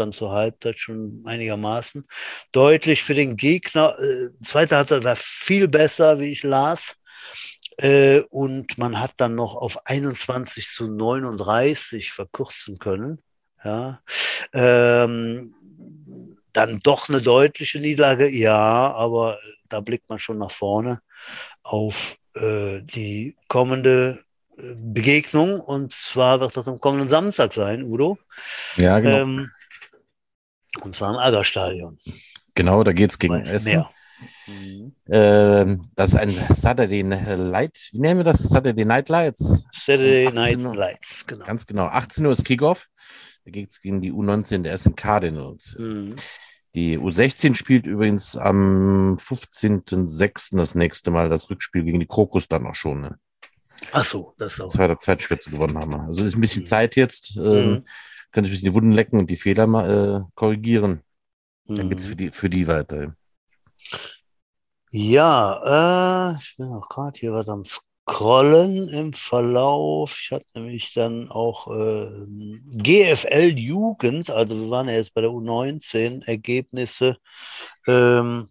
dann zur Halbzeit schon einigermaßen deutlich für den Gegner. Äh, zweite Halbzeit war viel besser, wie ich las. Äh, und man hat dann noch auf einundzwanzig zu neununddreißig verkürzen können. Ja. Ähm, dann doch eine deutliche Niederlage, ja, aber da blickt man schon nach vorne auf äh, die kommende äh, Begegnung. Und zwar wird das am kommenden Samstag sein, Udo. Ja, genau. Ähm, und zwar im Aggerstadion. Genau, da geht es gegen Weiß Essen. mehr. Mhm. Ähm, das ist ein Saturday Night, wie nennen wir das? Saturday Night Lights. Saturday Um Night achtzehn Uhr. Lights, genau. Ganz genau. achtzehn Uhr ist Kickoff. Da geht es gegen die U neunzehn der Essen Cardinals. Mhm. Die U sechzehn spielt übrigens am fünfzehnten sechsten das nächste Mal das Rückspiel gegen die Krokus dann auch schon. Ne? Ach so, das ist auch. Zweiter Zweitspitze gewonnen haben. Also ist ein bisschen Mhm. Zeit jetzt. Ähm, Mhm. Kann ich ein bisschen die Wunden lecken und die Fehler mal äh, korrigieren. Dann Mhm. geht es für die, für die weiter. Ja, äh, ich bin auch gerade hier was am Scrollen im Verlauf. Ich hatte nämlich dann auch äh, G F L-Jugend, also wir waren ja jetzt bei der U neunzehn, Ergebnisse ähm,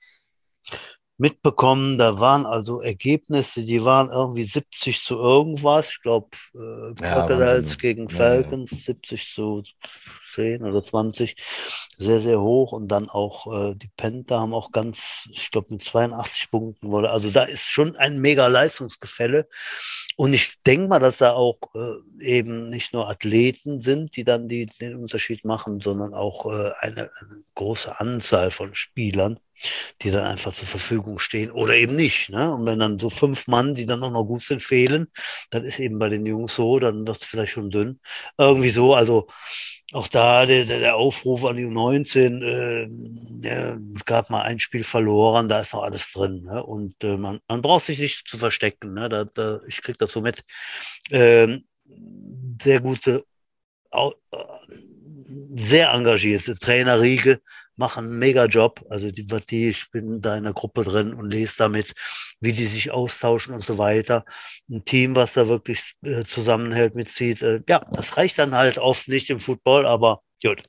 mitbekommen. Da waren also Ergebnisse, die waren irgendwie siebzig zu irgendwas. Ich glaube, äh, Ja, Crocodiles Wahnsinn. gegen Ja, ja. Falcons, siebzig zu zehn oder zwanzig. Sehr, sehr hoch. Und dann auch äh, die Panther haben auch ganz, ich glaube, mit zweiundachtzig Punkten wurde. Also da ist schon ein mega Leistungsgefälle. Und ich denke mal, dass da auch äh, eben nicht nur Athleten sind, die dann die, den Unterschied machen, sondern auch äh, eine, eine große Anzahl von Spielern, die dann einfach zur Verfügung stehen oder eben nicht. Ne? Und wenn dann so fünf Mann, die dann auch noch gut sind, fehlen, dann ist eben bei den Jungs so, dann wird es vielleicht schon dünn. Irgendwie so, also auch da der, der Aufruf an die U neunzehn, äh, ja, es gab mal ein Spiel verloren, da ist noch alles drin. Ne? Und äh, man, man braucht sich nicht zu verstecken. Ne? Da, da, ich kriege das so mit. Ähm, sehr gute, au- äh, sehr engagierte Trainerriege, machen einen mega Job. Also die, die, ich bin da in der Gruppe drin und lese damit, wie die sich austauschen und so weiter. Ein Team, was da wirklich äh, zusammenhält, mitzieht. Äh, ja, das reicht dann halt oft nicht im Football, aber gut.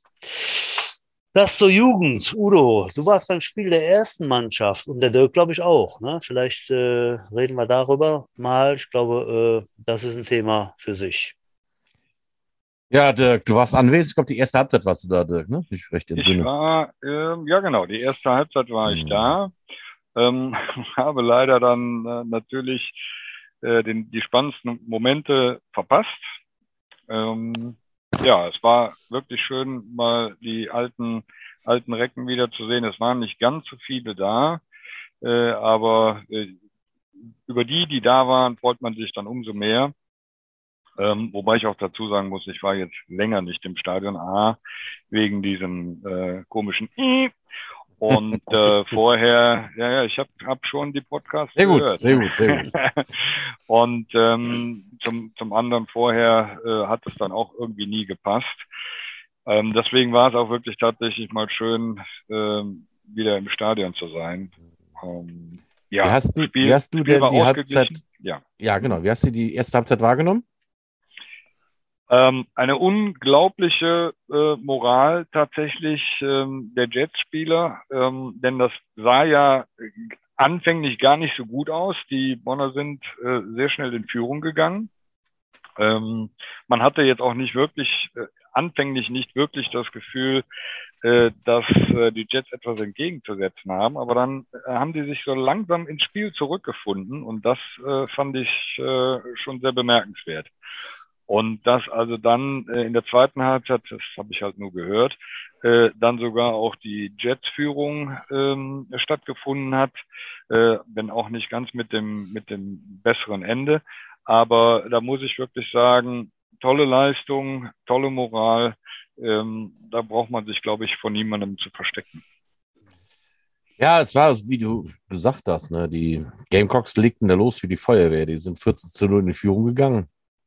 Das zur Jugend. Udo, du warst beim Spiel der ersten Mannschaft und der Dirk, glaube ich, auch. Ne? Vielleicht äh, reden wir darüber mal. Ich glaube, äh, das ist ein Thema für sich. Ja, Dirk, du warst anwesend. Ich glaube, die erste Halbzeit warst du da, Dirk, ne? Ich recht Ich entsinne. war, ähm, ja genau, die erste Halbzeit war ich Hm. da. Ähm, habe leider dann äh, natürlich äh, den, die spannendsten Momente verpasst. Ähm, ja, es war wirklich schön, mal die alten, alten Recken wieder zu sehen. Es waren nicht ganz so viele da, äh, aber äh, über die, die da waren, freut man sich dann umso mehr. Ähm, wobei ich auch dazu sagen muss, ich war jetzt länger nicht im Stadion, A, wegen diesem äh, komischen I. Und äh, vorher, ja, ja, ich habe hab schon die Podcasts Sehr gut, gehört. sehr gut, sehr gut. Und ähm, zum, zum anderen vorher äh, hat es dann auch irgendwie nie gepasst. Ähm, deswegen war es auch wirklich tatsächlich mal schön, ähm, wieder im Stadion zu sein. Ähm, ja, Wie hast du, Spiel, wie hast du Spiel denn war die ausgeglichen. Halbzeit? Ja. Ja, genau. Wie hast du die erste Halbzeit wahrgenommen? Ähm, eine unglaubliche äh, Moral tatsächlich ähm, der Jets-Spieler, ähm, denn das sah ja anfänglich gar nicht so gut aus. Die Bonner sind äh, sehr schnell in Führung gegangen. Ähm, man hatte jetzt auch nicht wirklich, äh, anfänglich nicht wirklich das Gefühl, äh, dass äh, die Jets etwas entgegenzusetzen haben, aber dann äh, haben die sich so langsam ins Spiel zurückgefunden und das äh, fand ich äh, schon sehr bemerkenswert. Und dass also dann äh, in der zweiten Halbzeit, das habe ich halt nur gehört, äh, dann sogar auch die Jets-Führung ähm, stattgefunden hat, äh, wenn auch nicht ganz mit dem, mit dem besseren Ende. Aber da muss ich wirklich sagen, tolle Leistung, tolle Moral. Ähm, da braucht man sich, glaube ich, vor niemandem zu verstecken. Ja, es war, wie du gesagt hast, ne? Die Gamecocks legten da los wie die Feuerwehr. Die sind vierzehn zu null in die Führung gegangen.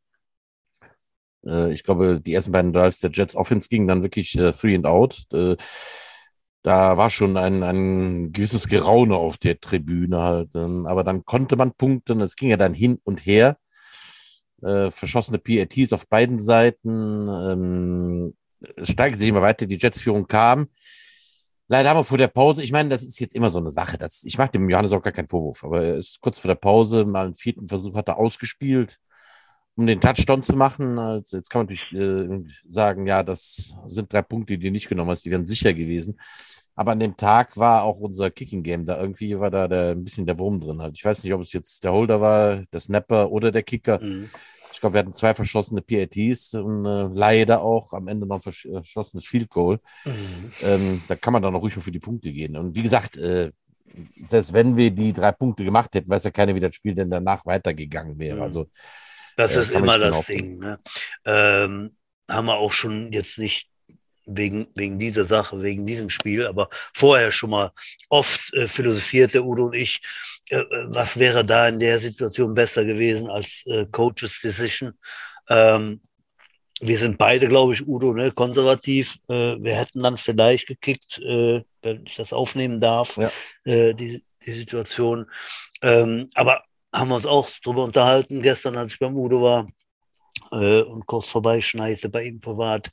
Äh, ich glaube, die ersten beiden Drives der Jets Offense gingen dann wirklich äh, three and out. Äh, da war schon ein, ein gewisses Geraune auf der Tribüne halt. Ähm, aber dann konnte man punkten. Es ging ja dann hin und her. Äh, verschossene P A Ts auf beiden Seiten. Ähm, es steigert sich immer weiter, die Jets-Führung kam. Leider haben wir vor der Pause, ich meine, das ist jetzt immer so eine Sache, das, ich mache dem Johannes auch gar keinen Vorwurf, aber er ist kurz vor der Pause mal einen vierten Versuch hat er ausgespielt, um den Touchdown zu machen. Also jetzt kann man natürlich äh, sagen, ja, das sind drei Punkte, die du nicht genommen hast, die wären sicher gewesen. Aber an dem Tag war auch unser Kicking-Game da. Irgendwie war da der, ein bisschen der Wurm drin. Halt. Ich weiß nicht, ob es jetzt der Holder war, der Snapper oder der Kicker. Mhm. Ich glaube, wir hatten zwei verschossene P A Ts und äh, leider auch am Ende noch ein verschossenes Field Goal. Mhm. Ähm, da kann man dann auch ruhig mal für die Punkte gehen. Und wie gesagt, äh, selbst wenn wir die drei Punkte gemacht hätten, weiß ja keiner, wie das Spiel denn danach weitergegangen wäre. Mhm. Also, das äh, ist immer das Ding. Ne? Ähm, haben wir auch schon jetzt nicht wegen, wegen dieser Sache, wegen diesem Spiel, aber vorher schon mal oft äh, philosophierte Udo und ich, äh, was wäre da in der Situation besser gewesen als äh, Coaches Decision. Ähm, wir sind beide, glaube ich, Udo, ne, konservativ. Äh, wir hätten dann vielleicht gekickt, äh, wenn ich das aufnehmen darf, ja. äh, die, die Situation. Ähm, aber haben wir uns auch drüber unterhalten, gestern, als ich beim Udo war, und kurz vorbeischneite bei ihm privat.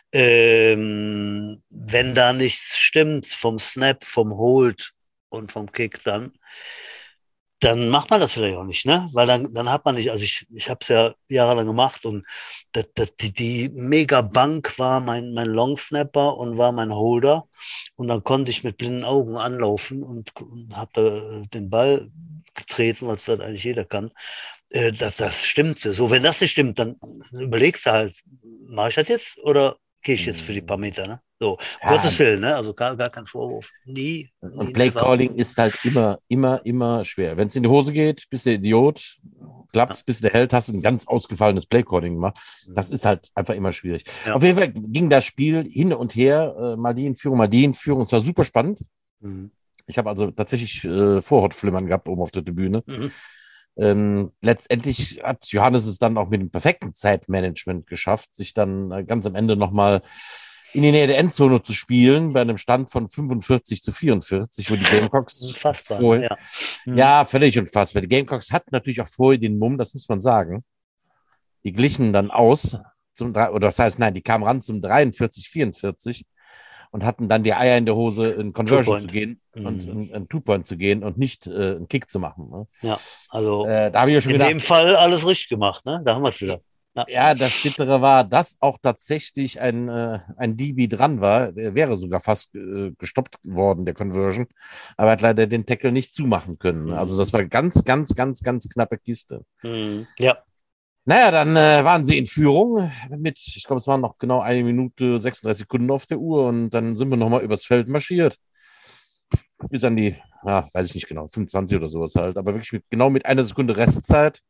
Ähm, wenn da nichts stimmt vom Snap, vom Hold und vom Kick dann, dann macht man das vielleicht auch nicht, ne? Weil dann, dann hat man nicht, also ich, ich habe es ja jahrelang gemacht und das, das, die, die Mega-Bank war mein, mein Long-Snapper und war mein Holder und dann konnte ich mit blinden Augen anlaufen und, und habe da den Ball getreten, was das eigentlich jeder kann. Das, das stimmte. So, wenn das nicht stimmt, dann überlegst du halt, mache ich das jetzt oder gehe ich jetzt für die paar Meter, ne? So, ja. Gottes Willen, ne? Also gar, gar kein Vorwurf. Nie. Und nie, Play Calling ist halt immer, immer, immer schwer. Wenn es in die Hose geht, bist du Idiot, klappt es, ja. Bis der Held, hast du ein ganz ausgefallenes Play Calling gemacht. Das ist halt einfach immer schwierig. Ja. Auf jeden Fall ging das Spiel hin und her, äh, mal die in Führung, mal die in Führung. Es war super spannend. Mhm. Ich habe also tatsächlich äh, Vorhautflimmern gehabt oben auf der Tribüne. Mhm. Ähm, letztendlich hat Johannes es dann auch mit dem perfekten Zeitmanagement geschafft, sich dann äh, ganz am Ende nochmal in die Nähe der Endzone zu spielen, bei einem Stand von fünfundvierzig zu vierundvierzig, wo die Gamecocks unfassbar, vorher, ja. Hm. ja, völlig unfassbar. Die Gamecocks hatten natürlich auch vorher den Mumm, das muss man sagen. Die glichen dann aus zum drei, oder das heißt, nein, die kamen ran zum dreiundvierzig vierundvierzig und hatten dann die Eier in der Hose, in Conversion zu gehen mhm. und ein, ein Two-Point zu gehen und nicht äh, einen Kick zu machen. Ne? Ja, also äh, da habe ich ja schon in gedacht, dem Fall alles richtig gemacht, ne? Da haben wir es wieder. Ja. ja, das Bittere war, dass auch tatsächlich ein, äh, ein D B dran war. Der wäre sogar fast äh, gestoppt worden, der Conversion. Aber er hat leider den Tackle nicht zumachen können. Mhm. Also das war ganz, ganz, ganz, ganz knappe Kiste. Mhm. Ja. Naja, dann äh, waren sie in Führung mit, ich glaube, es waren noch genau eine Minute sechsunddreißig Sekunden auf der Uhr und dann sind wir nochmal übers Feld marschiert. Bis an die, ja, weiß ich nicht genau, fünfundzwanzig oder sowas halt, aber wirklich mit, genau mit einer Sekunde Restzeit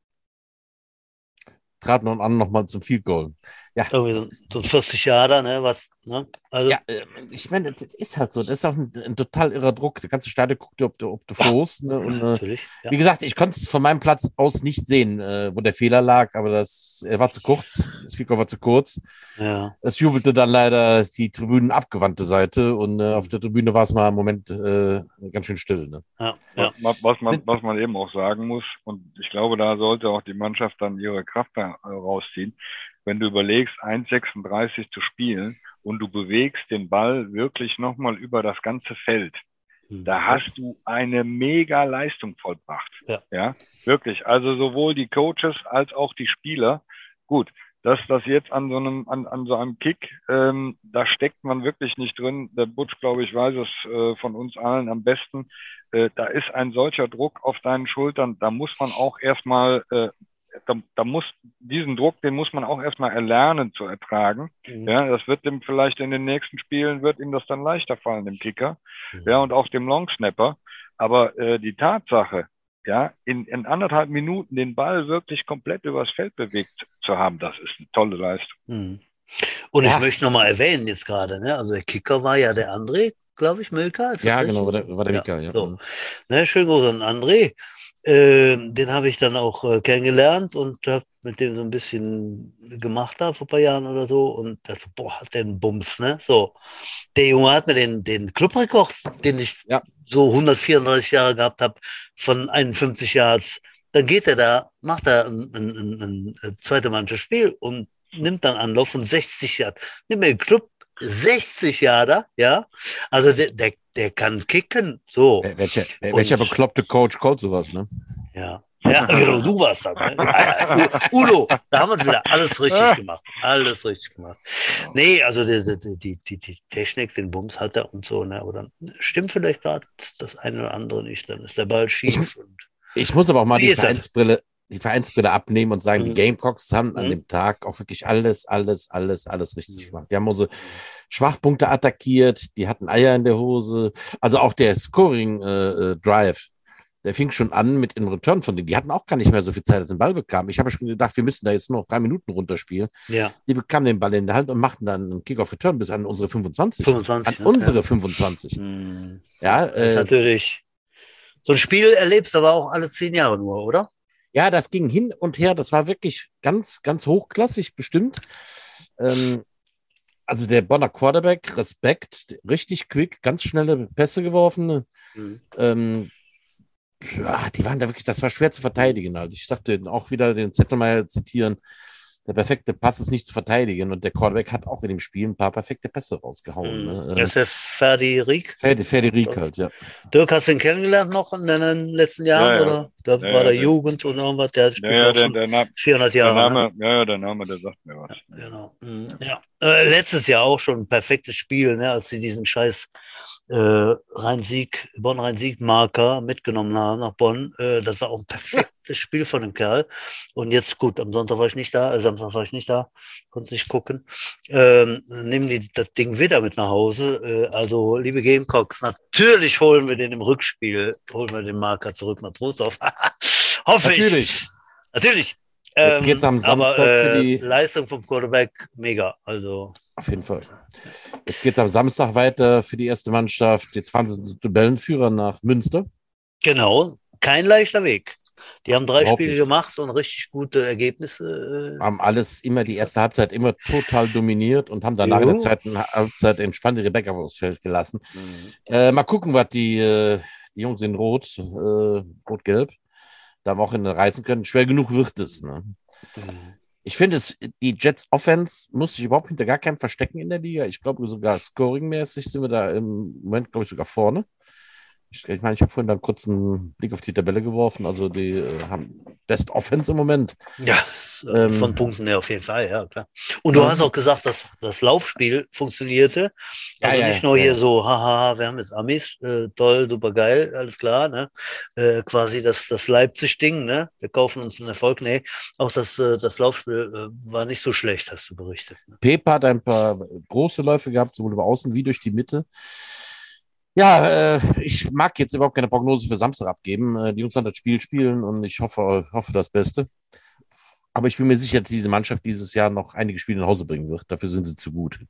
traten wir an nochmal zum Field Goal. Ja, irgendwie so, so vierzig Jahre, ne, was, ne? Also, ja, äh, ich meine, das ist halt so, das ist auch ein, ein total irrer Druck. Der ganze Stadion guckt dir, ob du, ob du fährst. Ne? Und, natürlich, ja. Wie gesagt, ich konnte es von meinem Platz aus nicht sehen, äh, wo der Fehler lag, aber das, er war zu kurz, das Field Goal war zu kurz. Ja. Es jubelte dann leider die tribünenabgewandte Seite und äh, auf der Tribüne war es mal im Moment äh, ganz schön still. Ne? Ja, ja. Was, was, man, was man eben auch sagen muss, und ich glaube, da sollte auch die Mannschaft dann ihre Kraft da rausziehen, wenn du überlegst, eins sechsunddreißig zu spielen und du bewegst den Ball wirklich nochmal über das ganze Feld, mhm. da hast du eine mega Leistung vollbracht. Ja. ja, wirklich. Also sowohl die Coaches als auch die Spieler. Gut, dass das jetzt an so einem, an, an so einem Kick, ähm, da steckt man wirklich nicht drin. Der Butch, glaube ich, weiß es äh, von uns allen am besten. Äh, da ist ein solcher Druck auf deinen Schultern, da muss man auch erstmal äh, Da, da muss diesen Druck, den muss man auch erstmal erlernen zu ertragen. Mhm. Ja, das wird dem vielleicht in den nächsten Spielen, wird ihm das dann leichter fallen, dem Kicker. Mhm. Ja, und auch dem Longsnapper. Aber äh, die Tatsache, ja, in, in anderthalb Minuten den Ball wirklich komplett übers Feld bewegt zu haben, das ist eine tolle Leistung. Mhm. Und ja. Ich möchte nochmal erwähnen jetzt gerade, ne? Also der Kicker war ja der André, glaube ich, Milka. Ja, genau, war der, war der Milka, ja. ja. So. Ne, schön groß an André. Äh, den habe ich dann auch äh, kennengelernt und habe mit dem so ein bisschen gemacht da vor ein paar Jahren oder so und dachte, boah, hat der einen Bums, ne? So, der Junge hat mir den, den Clubrekord, den ich ja. so hundertvierunddreißig Jahre gehabt habe, von einundfünfzig Yards, dann geht er da, macht er ein, ein, ein, ein, ein zweite Mannschaftsspiel und nimmt dann Anlauf von sechzig Yard. Nimm mir den Club sechzig Yarder, ja. Also der, der, der kann kicken, so. Wel- Welcher, welcher Und- bekloppte Coach callt sowas, ne? Ja. Ja, genau, du warst das. Ne? Ja, ja, U- Udo, da haben wir wieder alles richtig gemacht. Alles richtig gemacht. Nee, also die, die, die, die, die Technik, den Bums hat er und so, ne? Oder stimmt vielleicht gerade das eine oder andere nicht, dann ist der Ball schief. Und Ich muss aber auch mal Wie die ist das? Vereinsbrille, die Vereinsbrille abnehmen und sagen, die Mhm. Gamecocks haben an Mhm. dem Tag auch wirklich alles, alles, alles, alles richtig gemacht. Die haben unsere Schwachpunkte attackiert, die hatten Eier in der Hose. Also auch der Scoring-Drive, der fing schon an mit dem Return von denen. Die hatten auch gar nicht mehr so viel Zeit, als sie den Ball bekamen. Ich habe schon gedacht, wir müssen da jetzt nur noch drei Minuten runterspielen. ja, Die bekamen den Ball in der Hand und machten dann einen Kick-Off-Return bis an unsere fünfundzwanzig. fünfundzwanzig. An ne? unsere Ja. fünfundzwanzig. Hm. Ja, Das ist äh, natürlich. So ein Spiel erlebst du aber auch alle zehn Jahre nur, oder? ja, das ging hin und her. Das war wirklich ganz, ganz hochklassig bestimmt. Ähm, also der Bonner Quarterback, Respekt, richtig quick, ganz schnelle Pässe geworfen. Mhm. Ähm, ja, die waren da wirklich, das war schwer zu verteidigen. Halt. Ich sagte auch wieder den Zettelmeier zitieren, der perfekte Pass ist nicht zu verteidigen und der Quarterback hat auch in dem Spiel ein paar perfekte Pässe rausgehauen. Mhm. Ne? Das ist der Ferdi Rieck. Ferdi, Ferdi Rieck halt, ja. Dirk, hast du ihn kennengelernt noch in den letzten Jahren? Ja, ja. Oder? Da Ja, war ja, der der- Jugend und irgendwas, der spielt Ja, ja, auch der, schon der, Na- vierhundert der Jahre. Ne? Name, ja, ja, der Name, der sagt mir was. Genau. Mhm. Ja. Äh, letztes Jahr auch schon ein perfektes Spiel, ne, als sie diesen scheiß äh, Rhein-Sieg, Bonn-Rhein-Sieg-Marker mitgenommen haben nach Bonn. Äh, das war auch ein perfektes Spiel von dem Kerl. Und jetzt, gut, am Sonntag war ich nicht da, äh, Samstag war ich nicht da, konnte nicht gucken. Ähm, nehmen die das Ding wieder mit nach Hause. Äh, also, liebe Gamecocks, natürlich holen wir den im Rückspiel, holen wir den Marker zurück nach Trostorf. Hoffe ich. Natürlich. Natürlich. Jetzt geht's am aber, Samstag für äh, die- Leistung vom Quarterback mega. Also Auf jeden Fall. Jetzt geht es am Samstag weiter für die erste Mannschaft. Jetzt fahren sie den Tabellenführer nach Münster. genau, kein leichter Weg. Die haben drei Überhaupt Spiele nicht. gemacht und richtig gute Ergebnisse. Haben alles immer die erste Halbzeit immer total dominiert und haben danach Jo. in der zweiten Halbzeit entspannt ihre Backup aufs Feld gelassen. Äh, mhm. Äh, mal gucken, was die, äh, die Jungs in Rot, äh, Rot-Gelb, da am Wochenende reißen können. Schwer genug wird es. Ne? Mhm. Ich finde, es, die Jets Offense muss sich überhaupt hinter gar keinem verstecken in der Liga. Ich glaube, sogar scoringmäßig sind wir da im Moment, glaube ich, sogar vorne. Ich, ich meine, ich habe vorhin da einen kurzen Blick auf die Tabelle geworfen. Also, die äh, haben Best Offense im Moment. Ja, äh, Ähm, von Punkten her auf jeden Fall, ja, klar. Und du Ja. hast auch gesagt, dass das Laufspiel funktionierte. Ja, Also ja, nicht nur ja, hier ja. so, haha, wir haben jetzt Amis, äh, toll, super geil, alles klar, ne? Äh, quasi das, das Leipzig-Ding, ne? Wir kaufen uns einen Erfolg. Nee, auch das, äh, das Laufspiel äh, war nicht so schlecht, hast du berichtet. Ne? Pepe hat ein paar große Läufe gehabt, sowohl über außen wie durch die Mitte. Ja, äh, ich mag jetzt überhaupt keine Prognose für Samstag abgeben. Äh, die Jungs werden das Spiel spielen und ich hoffe, hoffe das Beste. Aber ich bin mir sicher, dass diese Mannschaft dieses Jahr noch einige Spiele nach Hause bringen wird. Dafür sind sie zu gut.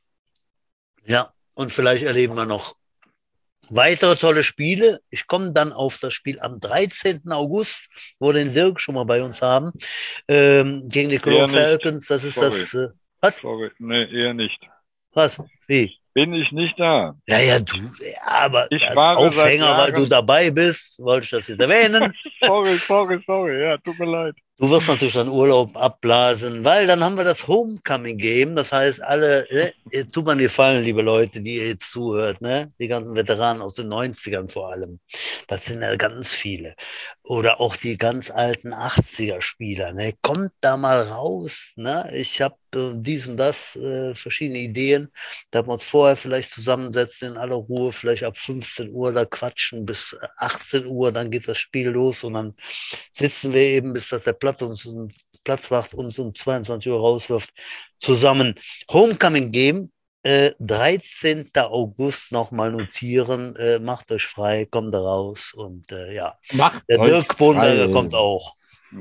Ja, und vielleicht erleben wir noch weitere tolle Spiele. Ich komme dann auf das Spiel am dreizehnten August, wo wir den Dirk schon mal bei uns haben, ähm, gegen die Cologne nicht. Falcons. Das ist Sorry. das. Äh, was? Sorry, nee, eher nicht. Was? Wie? Bin ich nicht da. Ja, ja, du, ja, aber Ich als warte seit Aufhänger, weil Jahren- du dabei bist, wollte ich das jetzt erwähnen. Sorry, sorry, sorry. Ja, tut mir leid. Du wirst natürlich dann Urlaub abblasen, weil dann haben wir das Homecoming-Game. Das heißt, alle, äh, tut man dir gefallen, liebe Leute, die ihr jetzt zuhört, ne? Die ganzen Veteranen aus den neunzigern vor allem. Das sind ja ganz viele. Oder auch die ganz alten achtziger-Spieler, ne? Kommt da mal raus, ne? Ich habe äh, dies und das, äh, verschiedene Ideen. Da wir uns vorher vielleicht zusammensetzen in aller Ruhe, vielleicht ab fünfzehn Uhr da quatschen bis achtzehn Uhr, dann geht das Spiel los und dann sitzen wir eben, bis dass der Platz uns um, Platzwacht uns um zweiundzwanzig Uhr rauswirft, zusammen. Homecoming Game, äh, dreizehnten August nochmal notieren, äh, macht euch frei, kommt da raus und äh, ja, Macht der euch Dirk Bonberger frei. kommt auch.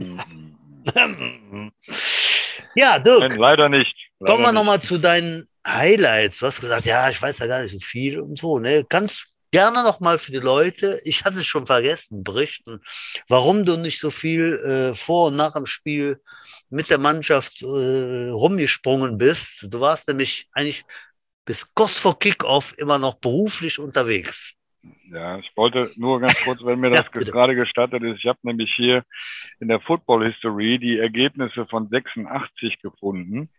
Mhm. Ja, Dirk. Nein, leider nicht. Leider Kommen wir nicht. nochmal zu deinen Highlights. Du hast gesagt, ja, ich weiß ja gar nicht so viel und so. Ne? Ganz gerne nochmal für die Leute, ich hatte es schon vergessen, berichten, warum du nicht so viel äh, vor und nach dem Spiel mit der Mannschaft äh, rumgesprungen bist. Du warst nämlich eigentlich bis kurz vor Kickoff immer noch beruflich unterwegs. Ja, ich wollte nur ganz kurz, wenn mir das Ja, bitte. gerade gestattet ist, ich habe nämlich hier in der Football History die Ergebnisse von sechsundachtzig gefunden.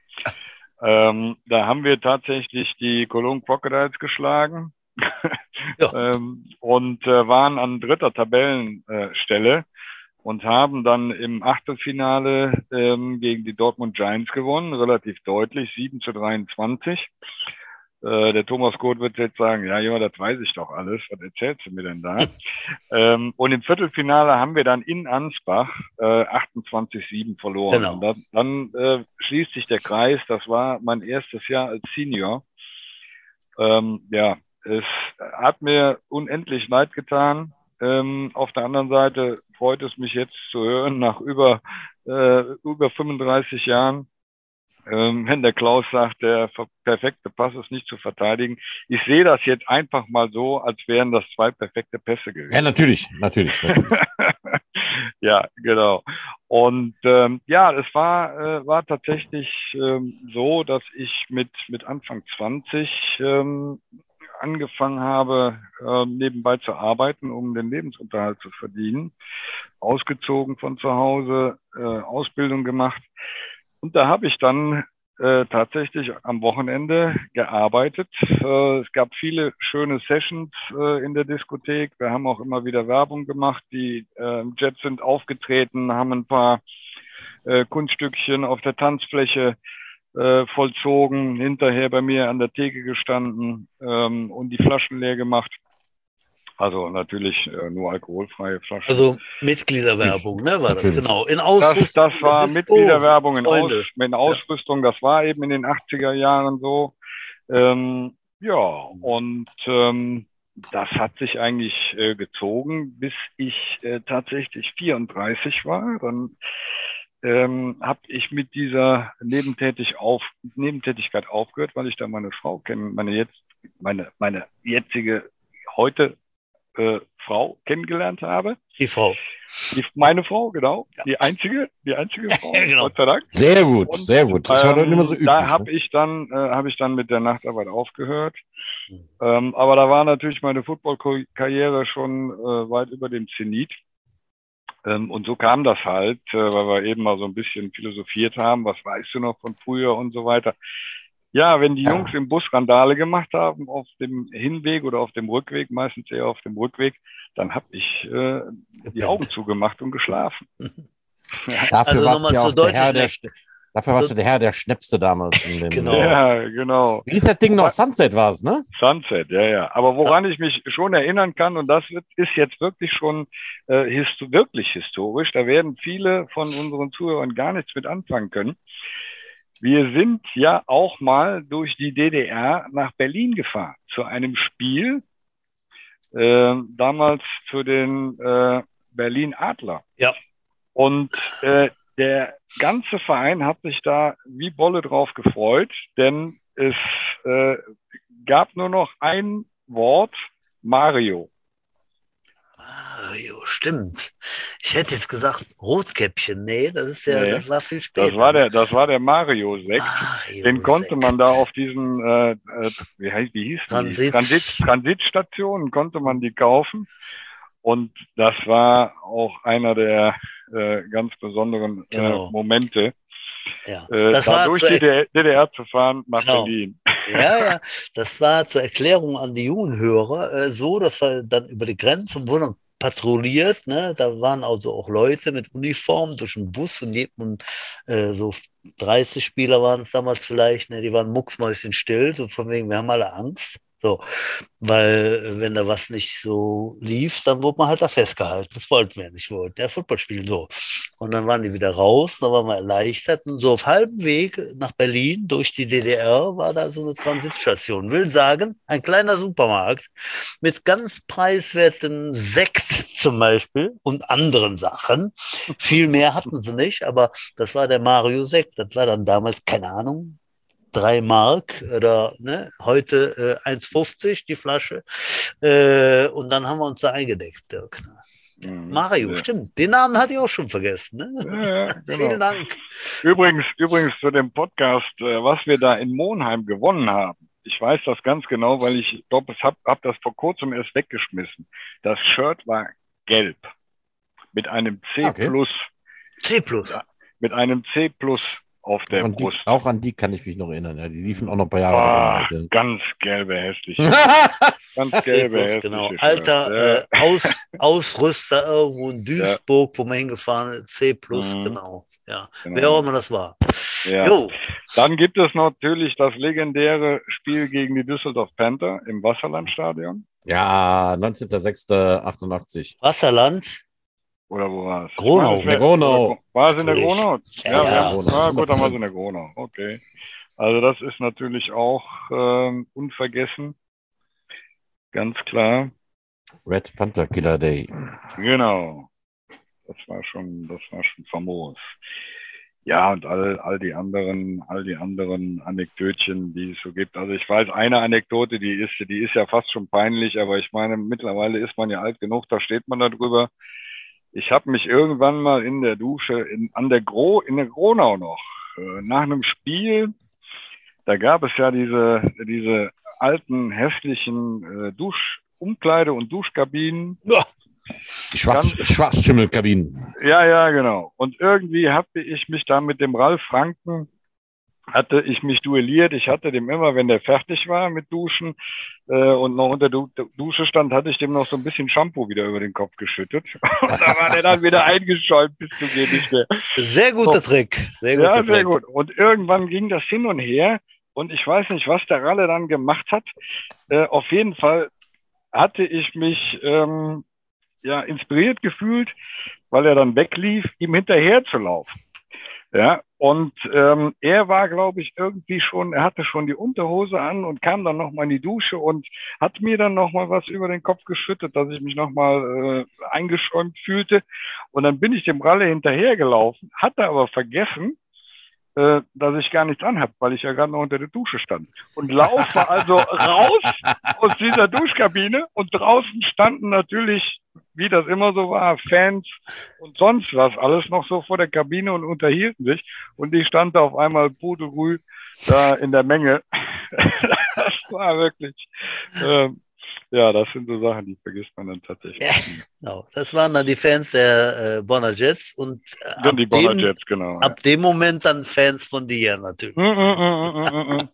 Ähm, da haben wir tatsächlich die Cologne Crocodiles geschlagen Ja, ähm, und äh, waren an dritter Tabellenstelle und haben dann im Achtelfinale ähm, gegen die Dortmund Giants gewonnen, relativ deutlich, sieben zu dreiundzwanzig. Äh, der Thomas Koth wird jetzt sagen, ja, ja, das weiß ich doch alles, was erzählst du mir denn da? ähm, und im Viertelfinale haben wir dann in Ansbach äh, achtundzwanzig sieben verloren. genau. Und dann, dann äh, schließt sich der Kreis, das war mein erstes Jahr als Senior. Ähm, ja, es hat mir unendlich leid getan. Ähm, auf der anderen Seite freut es mich jetzt zu hören, nach über, äh, über fünfunddreißig Jahren, ähm, wenn der Klaus sagt, der perfekte Pass ist nicht zu verteidigen. Ich sehe das jetzt einfach mal so, als wären das zwei perfekte Pässe gewesen. Ja, natürlich, natürlich, natürlich. Ja, genau. Und ähm, ja, es war, äh, war tatsächlich ähm, so, dass ich mit, mit Anfang zwanzig ähm, angefangen habe, äh, nebenbei zu arbeiten, um den Lebensunterhalt zu verdienen. Ausgezogen von zu Hause, äh, Ausbildung gemacht. Und da habe ich dann äh, tatsächlich am Wochenende gearbeitet. Äh, es gab viele schöne Sessions äh, in der Diskothek. Wir haben auch immer wieder Werbung gemacht. Die äh, Jets sind aufgetreten, haben ein paar äh, Kunststückchen auf der Tanzfläche äh, vollzogen, hinterher bei mir an der Theke gestanden ähm, und die Flaschen leer gemacht. Also natürlich äh, nur alkoholfreie Flaschen. Also Mitgliederwerbung, ne, war das, Natürlich. genau. In Das, Ausrüstung. das war Disco, Mitgliederwerbung in, Aus, Freunde. in Ausrüstung, das war eben in den achtziger Jahren so. Ähm, ja, und ähm, das hat sich eigentlich äh, gezogen, bis ich äh, tatsächlich vierunddreißig war. Dann ähm, habe ich mit dieser Nebentätig auf, Nebentätigkeit aufgehört, weil ich da meine Frau kenne, meine jetzt, meine, meine jetzige, heute äh, Frau kennengelernt habe. Die Frau. Die, meine Frau, genau. Ja. Die einzige, die einzige Frau, Genau. Gott sei Dank. Sehr gut, Und, sehr gut. Das war doch ähm, immer so üblich. Da habe ne? ich dann, äh, habe ich dann mit der Nachtarbeit aufgehört. Mhm. Ähm, aber da war natürlich meine Football-Karriere schon äh, weit über dem Zenit. Ähm, und so kam das halt, äh, weil wir eben mal so ein bisschen philosophiert haben, was weißt du noch von früher und so weiter. Ja, wenn die Ja. Jungs im Bus Randale gemacht haben, auf dem Hinweg oder auf dem Rückweg, meistens eher auf dem Rückweg, dann habe ich äh, die Augen zugemacht und geschlafen. Dafür Also warst nochmal du ja zur auch der Herr der, Deutlichkeit. Sch- dafür warst du der Herr der Schnäpse damals. In dem, Genau. äh, Ja, genau. Wie hieß das Ding noch? Sunset war es, ne? Sunset, ja, ja. Aber woran ich mich schon erinnern kann, und das ist jetzt wirklich schon äh, hist- wirklich historisch, da werden viele von unseren Zuhörern gar nichts mit anfangen können. Wir sind ja auch mal durch die D D R nach Berlin gefahren, zu einem Spiel, äh, damals für den äh, Berlin Adler. Ja. Und äh, der ganze Verein hat sich da wie Bolle drauf gefreut, denn es äh, gab nur noch ein Wort, Mario. Mario, stimmt. Ich hätte jetzt gesagt Rotkäppchen. Nee, das ist ja, Nee, das war viel später. Das war der, das war der Mario-Sekt. Mario Den konnte Sekt. man da auf diesen, äh, äh, wie, heißt, wie hieß Transit. die? Transit, Transitstationen konnte man die kaufen. Und das war auch einer der äh, ganz besonderen äh, Genau. Momente, Ja. äh, Das da war durch zur die D D R zu fahren nach Genau. Berlin. Ja, ja, das war zur Erklärung an die jungen Hörer äh, so, dass wir dann über die Grenze und wurden patrouilliert, ne? Da waren also auch Leute mit Uniform durch den Bus und, je- und äh, so dreißig Spieler waren es damals vielleicht, ne? Die waren mucksmäuschenstill, so von wegen, wir haben alle Angst. So, weil äh, wenn da was nicht so lief, dann wurde man halt da festgehalten. Das wollten wir nicht, wir wollten ja Football spielen, so. Und dann waren die wieder raus, dann waren wir erleichtert. Und so auf halbem Weg nach Berlin durch die D D R war da so eine Transitstation. Will sagen, ein kleiner Supermarkt mit ganz preiswertem Sekt zum Beispiel und anderen Sachen. Viel mehr hatten sie nicht, aber das war der Mario Sekt. Das war dann damals, keine Ahnung, drei Mark oder ne, heute äh, eins fünfzig die Flasche. Äh, und dann haben wir uns da eingedeckt, Dirk. Mhm. Mario, Ja. stimmt. Den Namen hatte ich auch schon vergessen. Ne? Ja, ja, genau. Vielen Dank. Übrigens, übrigens zu dem Podcast, äh, was wir da in Monheim gewonnen haben. ich weiß das ganz genau, weil ich glaube, ich habe hab das vor kurzem erst weggeschmissen. Das Shirt war gelb mit einem C Okay. plus, C plus. mit einem C plus auf der Auch an, die, Brust. auch an die kann ich mich noch erinnern. Ja, die liefen auch noch ein paar Jahre Ah, darum. Halt, ganz gelbe, hässliche. ja. Ganz C gelbe, plus, hässliche genau. Shirts. Alter Ja. äh, Aus, Ausrüster irgendwo in Duisburg, wo man hingefahren ist. C plus, Mhm. genau. Ja, Genau. wer auch immer das war. Ja. Jo, Dann gibt es natürlich das legendäre Spiel gegen die Düsseldorf Panther im Wasserlandstadion. Ja, neunzehnter sechster achtundachtzig. Wasserland, Oder wo war es? Gronau. Ich meine, es In der Gronau. oder- War es in der Natürlich. Gronau? Ja, Ja, wir ja. haben, ah, gut, dann war es in der Gronau. Okay. Also das ist natürlich auch ähm, unvergessen. Ganz klar. Red Panther Killer Day. Genau. Das war schon, das war schon famos. Ja, und all, all die anderen, all die anderen Anekdötchen, die es so gibt. Also ich weiß, eine Anekdote, die ist, die ist ja fast schon peinlich, aber ich meine, mittlerweile ist man ja alt genug, da steht man da drüber. Ich habe mich irgendwann mal in der Dusche in, an der Gro, in der Gronau noch, äh, nach einem Spiel, da gab es ja diese, diese alten, hässlichen äh, Dusch, Umkleide- und Duschkabinen. Ja. Die Schwarz Schwarzschimmelkabinen. Ja, ja, genau. Und irgendwie hatte ich mich da mit dem Ralf Franken, hatte ich mich duelliert. Ich hatte dem immer, wenn der fertig war mit Duschen äh, und noch unter der du Dusche stand, hatte ich dem noch so ein bisschen Shampoo wieder über den Kopf geschüttet. Und da war der dann wieder eingeschäumt bis zu gehen nicht mehr. Sehr guter So. Trick. Sehr guter Ja, sehr Trick. gut. Und irgendwann ging das hin und her. Und ich weiß nicht, was der Ralle dann gemacht hat. Äh, auf jeden Fall hatte ich mich ähm, ja, inspiriert gefühlt, weil er dann weglief, ihm hinterher zu laufen. Ja, und ähm, er war, glaube ich, irgendwie schon, er hatte schon die Unterhose an und kam dann nochmal in die Dusche und hat mir dann nochmal was über den Kopf geschüttet, dass ich mich nochmal äh, eingeschäumt fühlte. Und dann bin ich dem Ralle hinterhergelaufen, hatte aber vergessen, äh, dass ich gar nichts anhab, weil ich ja gerade noch unter der Dusche stand. Und laufe also raus aus dieser Duschkabine und draußen standen natürlich, wie das immer so war, Fans und sonst was, alles noch so vor der Kabine und unterhielten sich. Und ich stand da auf einmal pudelgrün da in der Menge. Das war wirklich, äh, ja, das sind so Sachen, die vergisst man dann tatsächlich. Ja, genau. Das waren dann die Fans der äh, Bonner Jets und äh, ab, Die Bonner dem, Jets, genau. ab dem Moment dann Fans von dir natürlich. Mm, mm, mm, mm, mm.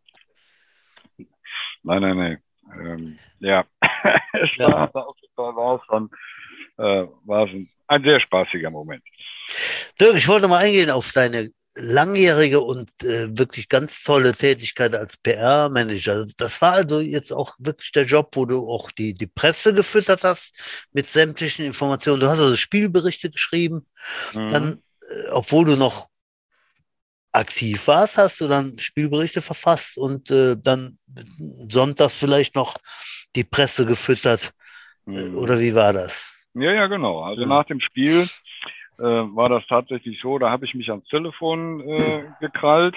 Nein, nein, nein. Ähm, ja, es Ja. war, war, war, schon, äh, war ein, ein sehr spaßiger Moment. Dirk, ich wollte mal eingehen auf deine langjährige und äh, wirklich ganz tolle Tätigkeit als P R-Manager. Das war also jetzt auch wirklich der Job, wo du auch die, die Presse gefüttert hast mit sämtlichen Informationen. Du hast also Spielberichte geschrieben. Mhm. Dann, äh, obwohl du noch aktiv warst, hast du dann Spielberichte verfasst und äh, dann sonntags vielleicht noch die Presse gefüttert. Äh, Mhm. Oder wie war das? Ja, ja, genau. Also Ja. nach dem Spiel äh, war das tatsächlich so, da habe ich mich ans Telefon äh, gekrallt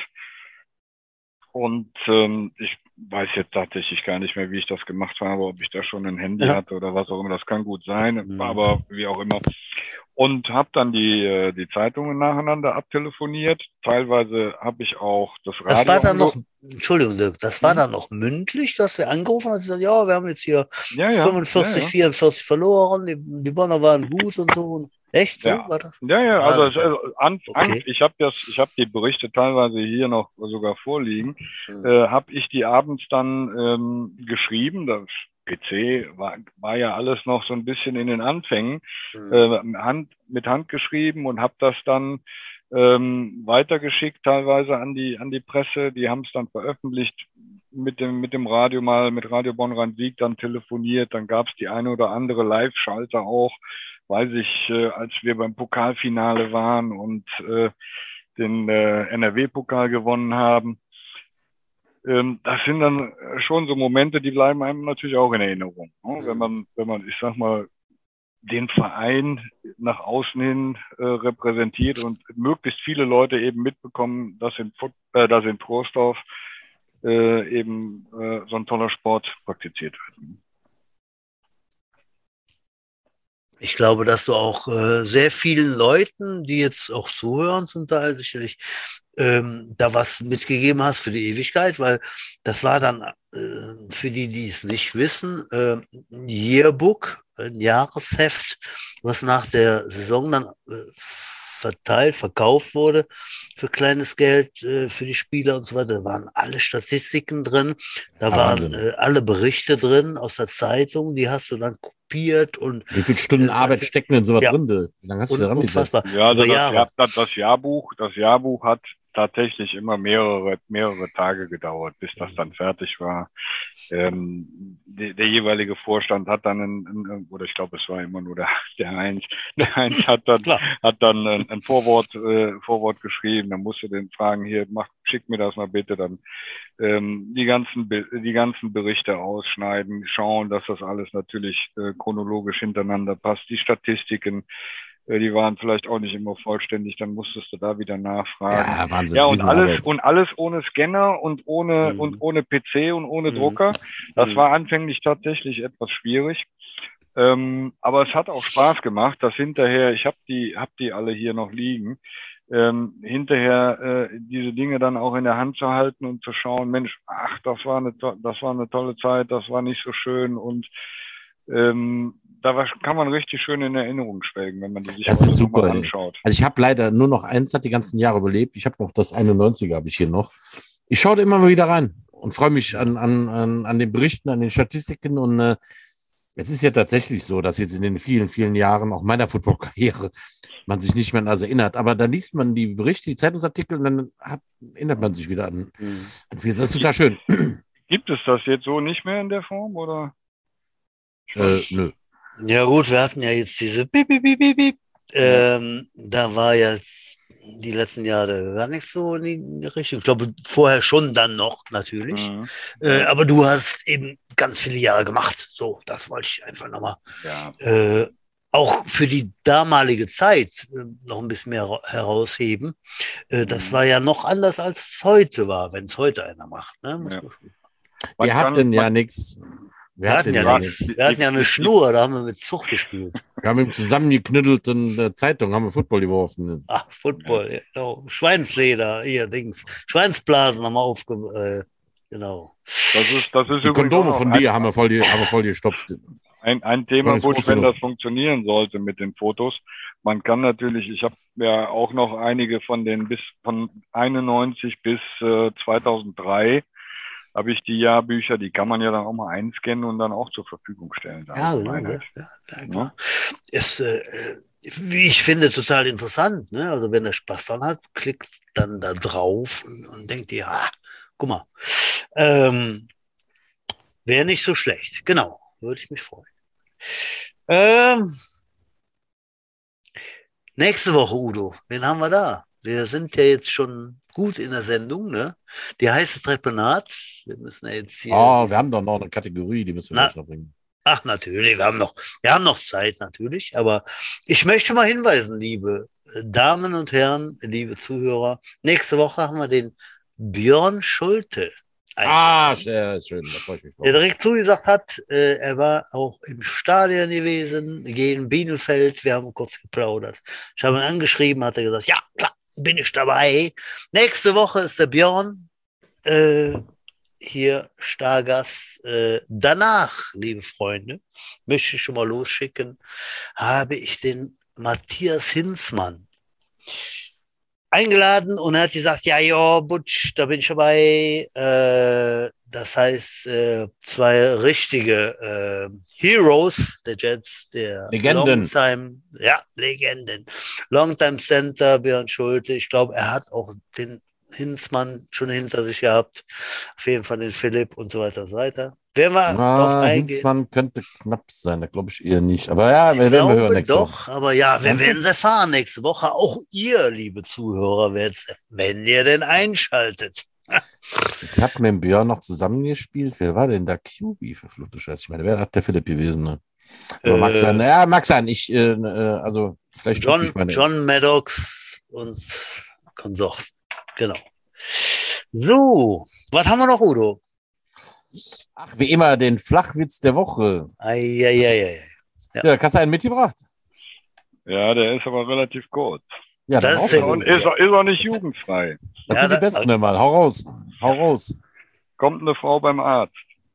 und ähm, ich weiß jetzt tatsächlich gar nicht mehr, wie ich das gemacht habe, ob ich da schon ein Handy Ja. hatte oder was auch immer. Das kann gut sein, Mhm. aber wie auch immer. Und habe dann die, äh, die Zeitungen nacheinander abtelefoniert. Teilweise habe ich auch das Radio. Das war dann ange- noch, Entschuldigung, Dirk, das war Hm? dann noch mündlich, dass wir angerufen haben und gesagt, ja, wir haben jetzt hier Ja, ja, fünfundvierzig, ja, ja. vierundvierzig verloren, die, die Bonner waren gut und so. Echt? So Ja. war das? Ja, ja, also, Also, also an, an, okay. ich habe das, ich habe die Berichte teilweise hier noch sogar vorliegen. Mhm. Äh, habe ich die abends dann ähm, geschrieben. Das P C war, war ja alles noch so ein bisschen in den Anfängen, Mhm. äh, mit Hand, mit Hand geschrieben und habe das dann ähm, weitergeschickt teilweise an die an die Presse. Die haben es dann veröffentlicht mit dem mit dem Radio mal, mit Radio Bonn-Rhein-Sieg dann telefoniert. Dann gab es die eine oder andere Live-Schalter auch, weiß ich, äh, als wir beim Pokalfinale waren und äh, den äh, N R W-Pokal gewonnen haben. Ähm, das sind dann schon so Momente, die bleiben einem natürlich auch in Erinnerung. Ne? Wenn man, wenn man, ich sag mal, den Verein nach außen hin äh, repräsentiert und möglichst viele Leute eben mitbekommen, dass in, Fut- äh, dass in Troisdorf äh, eben äh, so ein toller Sport praktiziert wird. Ich glaube, dass du auch äh, sehr vielen Leuten, die jetzt auch zuhören, zum Teil sicherlich ähm, da was mitgegeben hast für die Ewigkeit, weil das war dann äh, für die, die es nicht wissen, äh, ein Yearbook, ein Jahresheft, was nach der Saison dann äh, verteilt, verkauft wurde für kleines Geld äh, für die Spieler und so weiter. Da waren alle Statistiken drin, da Ja, waren Wahnsinn. äh, alle Berichte drin aus der Zeitung, die hast du dann kopiert und Wie viele Stunden äh, Arbeit stecken denn sowas ja, drin? du? Wie lange hast du un da dran unfassbar. gesetzt? Ja, also Über das, Jahre. Jahr, das, das Jahrbuch, das Jahrbuch hat tatsächlich immer mehrere, mehrere Tage gedauert, bis das dann fertig war. Ähm, der, der jeweilige Vorstand hat dann, ein, ein, oder ich glaube, es war immer nur der, der Heinz, der Heinz hat dann, Klar. hat dann ein, ein Vorwort, äh, Vorwort geschrieben. Dann musst du den fragen, hier, mach, schick mir das mal bitte, dann ähm, die ganzen, die ganzen Berichte ausschneiden, schauen, dass das alles natürlich äh, chronologisch hintereinander passt, die Statistiken. Die waren vielleicht auch nicht immer vollständig, dann musstest du da wieder nachfragen. Ja, Wahnsinn. Ja, und alles, Riesenarbeit. und alles ohne Scanner und ohne, Mhm. und ohne P C und ohne Mhm. Drucker. Das Mhm. war anfänglich tatsächlich etwas schwierig. Ähm, aber es hat auch Spaß gemacht, dass hinterher, ich habe die, hab die alle hier noch liegen, ähm, hinterher äh, diese Dinge dann auch in der Hand zu halten und zu schauen, Mensch, ach, das war eine, to- das war eine tolle Zeit, das war nicht so schön und ähm, da war, kann man richtig schön in Erinnerung schwelgen, wenn man die sich Das heute ist noch mal super, ey. anschaut. Also ich habe leider nur noch eins, hat die ganzen Jahre überlebt. Ich habe noch das einundneunziger, habe ich hier noch. Ich schaue da immer mal wieder rein und freue mich an, an, an, an den Berichten, an den Statistiken. Und äh, es ist ja tatsächlich so, dass jetzt in den vielen, vielen Jahren auch meiner Football-Karriere man sich nicht mehr an das erinnert. Aber dann liest man die Berichte, die Zeitungsartikel und dann hat, erinnert man sich wieder an, Mhm. an vieles. Das ist total schön. Gibt es das jetzt so nicht mehr in der Form, oder? Äh, nö. Ja gut, wir hatten ja jetzt diese Bip, Bip, Bip, Bip, Bip. Ähm, da war ja die letzten Jahre gar nicht so in die, in die Richtung. Ich glaube, vorher schon dann noch, natürlich. Mhm. Äh, aber du hast eben ganz viele Jahre gemacht. So, das wollte ich einfach nochmal Ja. äh, auch für die damalige Zeit äh, noch ein bisschen mehr ra- herausheben. Äh, das Mhm. war ja noch anders, als es heute war, wenn es heute einer macht. Ne? Muss Ja. man schon- Man Wir kann- hatten ja man- nichts. Wir Wir hatten hatten ja ja nichts. nichts. Wir hatten ja eine Schnur, da haben wir mit Zug gespielt. Wir haben im zusammengeknüttelten äh, Zeitung, haben wir Football geworfen. Ach, Football, ja, genau. Schweinsleder, hier, Dings. Schweinsblasen haben wir aufge... Äh, genau. Das ist, das ist Die übrigens Kondome auch von ein, dir haben wir voll, die, haben wir voll gestopft. ein, ein War Thema, nicht gut, groß wenn genug. das funktionieren sollte mit den Fotos. Man kann natürlich, ich habe ja auch noch einige von den bis von einundneunzig bis äh, zweitausenddrei habe ich die Jahrbücher, die kann man ja dann auch mal einscannen und dann auch zur Verfügung stellen. der Ja, genau. Allgemeinheit. Ja, ja, klar. Ist, äh, wie ich finde, total interessant. Ne? Also wenn er Spaß dran hat, klickt dann da drauf und, und denkt dir, ah, guck mal, ähm, wäre nicht so schlecht. Genau, würde ich mich freuen. Ähm, nächste Woche, Udo, wen haben wir da? Wir sind ja jetzt schon gut in der Sendung, ne? Die heiße Trepenat. Wir müssen ja jetzt hier. Oh, wir haben doch noch eine Kategorie, die müssen wir Na. gleich noch bringen. Ach, natürlich, wir haben noch, wir haben noch Zeit, natürlich. Aber ich möchte mal hinweisen, liebe Damen und Herren, liebe Zuhörer, nächste Woche haben wir den Björn Schulte. Ah, eingeladen, sehr ist schön, da freue ich mich der drauf. direkt zugesagt hat, äh, er war auch im Stadion gewesen, gegen Bielefeld, wir haben kurz geplaudert. Ich habe ihn angeschrieben, hat er gesagt, ja, klar, bin ich dabei. Nächste Woche ist der Björn äh, hier Stargast. Äh, danach, liebe Freunde, möchte ich schon mal losschicken, habe ich den Matthias Hinzmann eingeladen und er hat gesagt, ja, ja, Butsch, da bin ich dabei. Äh, das heißt, äh, zwei richtige äh, Heroes der Jets, der Legenden. Longtime, ja, Legenden. Longtime Center, Björn Schulte. Ich glaube, er hat auch den Hinzmann schon hinter sich gehabt. Auf jeden Fall den Philipp und so weiter und so weiter. Werden wir drauf Ah, eingehen? Hinzmann könnte knapp sein, da glaube ich eher nicht. Aber ja, wir Ich werden wir hören glaube nächste doch, Woche. aber ja, wir Meinst du? werden es erfahren nächste Woche. Auch ihr, liebe Zuhörer, werdet es, wenn ihr denn einschaltet. Ich habe mit dem Björn noch zusammengespielt. Wer war denn da Q B, verfluchte Scheiße? Ich meine, wer hat der Philipp gewesen? Ne? Aber mag Äh, sein. Ja, mag sein. Ich, äh, äh, also, vielleicht John, ich meine. John Maddox und Konsorten. Genau. So, was haben wir noch, Udo? Ach, wie immer, den Flachwitz der Woche. Eieieiei. Ja. Ja, hast du einen mitgebracht? Ja, der ist aber relativ kurz. Ja, dann Das auch ist sehr schon. Und ist, auch- ist auch nicht jugendfrei. Das Ja, sind die da- Besten immer. Hau raus. Hau raus. Kommt eine Frau beim Arzt.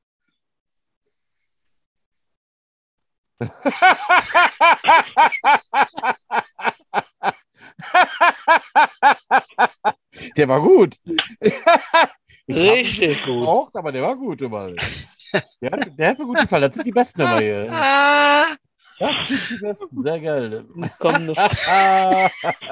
Der war gut. Ich habe ihn Richtig nicht gut. gebraucht, aber der war gut immer. Der hat, der hat mir gut gefallen. Das sind die Besten immer hier. Ah, Das sind die Besten. Sehr geil. komm, eine Ah.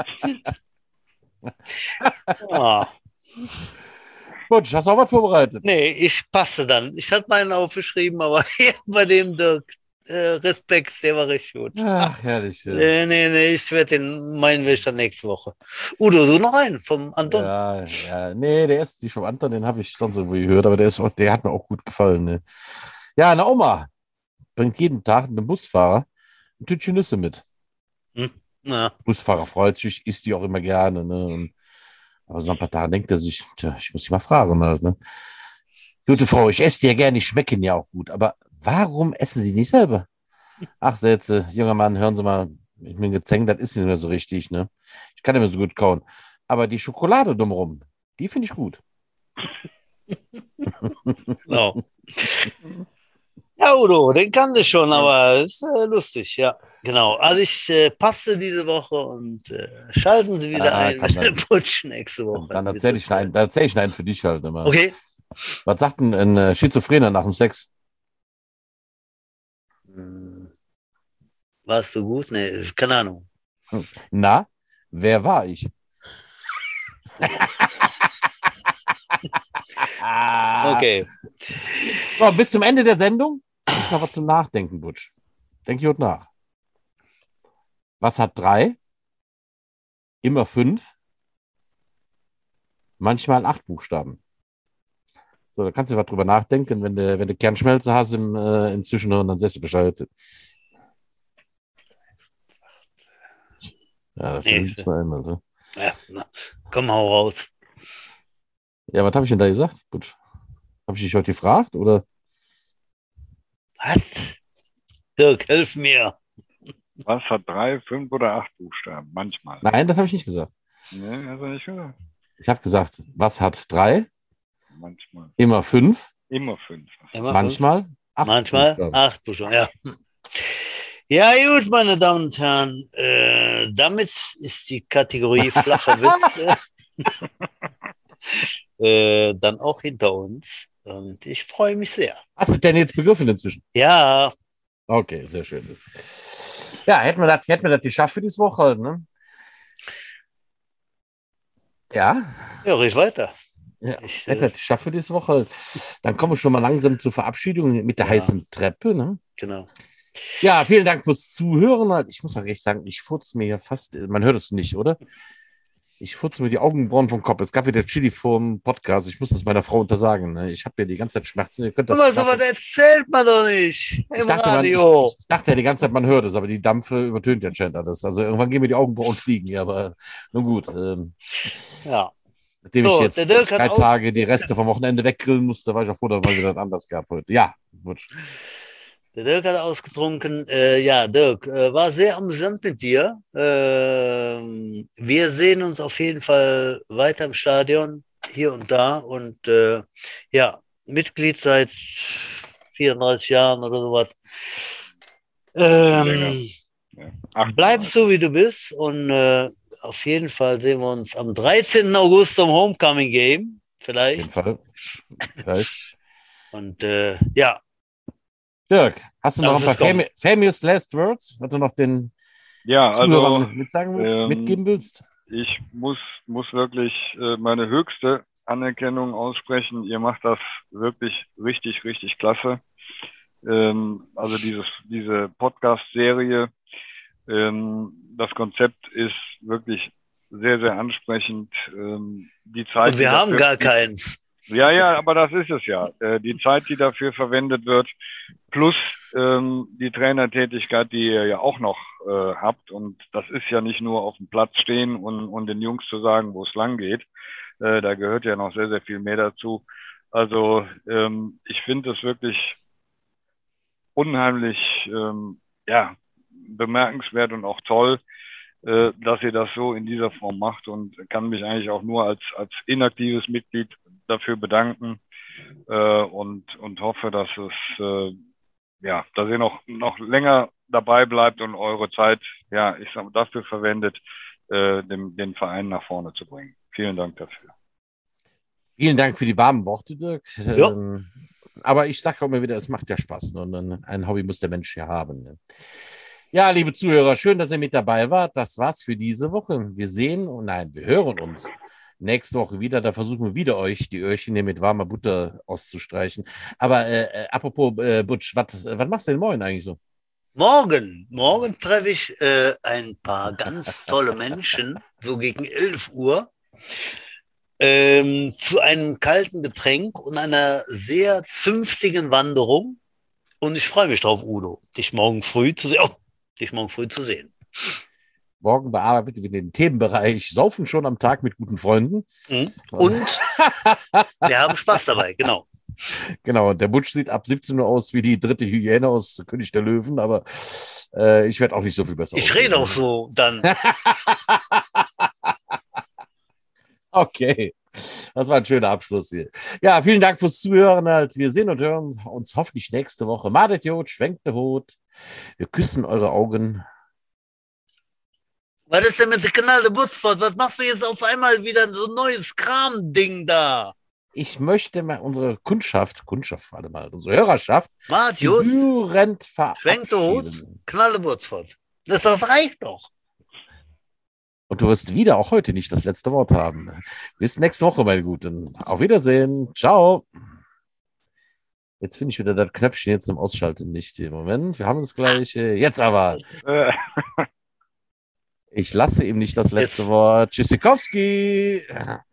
ah. Butsch, hast du auch was vorbereitet? Nee, ich passe dann. Ich hatte meinen aufgeschrieben, aber bei dem Dirk, äh, Respekt, der war richtig gut. Ach, herrlich. Ja, Nee, nee, nee, ich werde den meinen will ich dann nächste Woche. Udo, du noch einen vom Anton? ja, ja. Nee, der ist nicht vom Anton, den habe ich sonst irgendwo gehört, aber der, ist auch, der hat mir auch gut gefallen. Ne? Ja, eine Oma bringt jeden Tag einem Busfahrer ein Tütchen Nüsse mit. Hm? Ja. Busfahrer freut sich, isst die auch immer gerne. Ne? Und, aber so nach ein paar Tagen denkt er sich, tja, ich muss dich mal fragen. Halt, ne? Gute Frau, ich esse die ja gerne, die schmecken ja auch gut, aber warum essen Sie nicht selber? Ach, Sätze, junger Mann, hören Sie mal, ich bin gezängt, das ist nicht mehr so richtig. Ne? Ich kann nicht mehr so gut kauen. Aber die Schokolade drumherum, die finde ich gut. Genau. Ja, Udo, den kannte ich schon, aber ist äh, lustig, ja. Genau. Also ich äh, passe diese Woche und äh, schalten Sie wieder Ah, ein komm, mit dann- dem Putsch nächste Woche. Dann erzähle ich, einen- dann erzähl ich einen für dich halt immer. Okay. Was sagt denn ein äh, Schizophrener nach dem Sex? Hm, warst du gut? Nee, keine Ahnung. Na, wer war ich? Okay. So, bis zum Ende der Sendung ist noch was zum Nachdenken, Butsch. Denk gut nach. Was hat drei? Immer fünf? Manchmal acht Buchstaben. So, da kannst du was drüber nachdenken. Wenn du, wenn du Kernschmelze hast im, äh, im Zwischenhirn, dann sägst du Bescheid. Ja, da fällt Nee. nichts mehr ein, also. Ja, na, komm, hau raus. Ja, was habe ich denn da gesagt, Butsch? Habe ich dich heute gefragt, oder? Was? Dirk, hilf mir. Was hat drei, fünf oder acht Buchstaben? Manchmal. Nein, das habe ich nicht gesagt. Nee, hast du nicht gesagt. Ich habe gesagt, was hat drei? Manchmal. Immer fünf? Immer fünf. Immer Manchmal acht Manchmal Buchstaben. acht Buchstaben, ja. Ja, gut, meine Damen und Herren, äh, damit ist die Kategorie flacher Witz äh, dann auch hinter uns. Und ich freue mich sehr. Hast du denn jetzt begriffen inzwischen? Ja, Okay, sehr schön. Ja, hätten wir das, hätten wir das geschafft für diese Woche halt, ne? Ja, ja, red weiter. ja Ich, hätten wir äh, das geschafft für diese Woche halt. Dann kommen wir schon mal langsam zur Verabschiedung mit der Ja. heißen Treppe, ne? genau. Ja, vielen Dank fürs Zuhören. halt. Ich muss auch echt sagen, ich furze mir ja fast, man hört es nicht, oder? Ich furze mir die Augenbrauen vom Kopf. Es gab wieder Chili vorm Podcast. Ich muss das meiner Frau untersagen. Ne? Ich habe ja die ganze Zeit Schmerzen. Ihr könnt das Aber sowas erzählt man doch nicht ich im dachte, man, ich, Radio. ich dachte ja die ganze Zeit, man hört es, aber die Dampfe übertönt ja anscheinend alles. Also irgendwann gehen mir die Augenbrauen fliegen. Ja, aber nun gut. Ähm, Ja. nachdem So, ich jetzt der Dirk hat drei aus- Tage die Reste vom Wochenende weggrillen musste, war ich auch froh, dass mal wieder das anders gab heute. Ja, gut. Der Dirk hat ausgetrunken. Äh, ja, Dirk, äh, war sehr amüsant mit dir. Ähm, wir sehen uns auf jeden Fall weiter im Stadion, hier und da. Und äh, ja, Mitglied seit vierunddreißig Jahren oder sowas. Länger. Ähm, Ja. Acht- bleib so, wie du bist. Und äh, auf jeden Fall sehen wir uns am dreizehnten August zum Homecoming Game. Auf Vielleicht. jeden Fall. Vielleicht. Und äh, ja, Dirk, hast du noch ein Danke paar fürs Kommen. fam famous last words, was du noch den Ja, Zuhörern also mitsagen willst, ähm, mitgeben willst? ich muss, muss wirklich äh, meine höchste Anerkennung aussprechen. Ihr macht das wirklich richtig, richtig klasse. Ähm, also dieses, diese Podcast-Serie, ähm, das Konzept ist wirklich sehr, sehr ansprechend. Ähm, die Zeit, und wir die haben dafür- gar keins. Ja, ja, aber das ist es ja. Äh, die Zeit, die dafür verwendet wird, plus ähm, die Trainertätigkeit, die ihr ja auch noch äh, habt. Und das ist ja nicht nur auf dem Platz stehen und, und den Jungs zu sagen, wo es lang geht. Äh, da gehört ja noch sehr, sehr viel mehr dazu. Also ähm, ich finde es wirklich unheimlich, ähm, ja, bemerkenswert und auch toll, äh, dass ihr das so in dieser Form macht und kann mich eigentlich auch nur als, als inaktives Mitglied dafür bedanken äh, und, und hoffe, dass es, äh, ja, dass ihr noch, noch länger dabei bleibt und eure Zeit, ja, ich sag mal, dafür verwendet, äh, den, den Verein nach vorne zu bringen. Vielen Dank dafür. Vielen Dank für die warmen Worte, Dirk. Ja. Ähm, aber ich sage auch immer wieder, es macht ja Spaß. Ne? Und ein, ein Hobby muss der Mensch ja haben. Ne? Ja, liebe Zuhörer, schön, dass ihr mit dabei wart. Das war's für diese Woche. Wir sehen, und nein, wir hören uns nächste Woche wieder. Da versuchen wir wieder euch die Öhrchen hier mit warmer Butter auszustreichen. Aber äh, äh, apropos äh, Butch, was machst du denn morgen eigentlich so? Morgen, morgen treffe ich äh, ein paar ganz tolle Menschen, so gegen elf Uhr. Ähm, zu einem kalten Getränk und einer sehr zünftigen Wanderung. Und ich freue mich drauf, Udo, dich morgen früh zu sehen. Oh, dich morgen früh zu sehen. Morgen bearbeiten wir den Themenbereich Saufen schon am Tag mit guten Freunden. Mhm. Und wir haben Spaß dabei, genau. Genau, der Butch sieht ab siebzehn Uhr aus wie die dritte Hyäne aus König der Löwen, aber äh, ich werde auch nicht so viel besser. Ich rede auch so dann. Okay, das war ein schöner Abschluss hier. Ja, vielen Dank fürs Zuhören. Halt. Wir sehen und hören uns hoffentlich nächste Woche. Madet Jod, schwenkt der Hut. Wir küssen eure Augen. Was ist denn mit der Kanal der Butzford? Was machst du jetzt auf einmal wieder so ein neues Kram-Ding da? Ich möchte mal unsere Kundschaft, Kundschaft, warte mal, unsere Hörerschaft, Madet Jod, gebührend schwenkt der Hut, verabschieden. Kanal der Butzford. Das, das reicht doch. Und du wirst wieder auch heute nicht das letzte Wort haben. Bis nächste Woche, meine Guten. Auf Wiedersehen. Ciao. Jetzt finde ich wieder das Knöpfchen jetzt zum Ausschalten nicht. Im Moment, wir haben es gleich. äh, Jetzt aber. Äh, Ich lasse ihm nicht das letzte Jetzt. Wort. Tschüssikowski.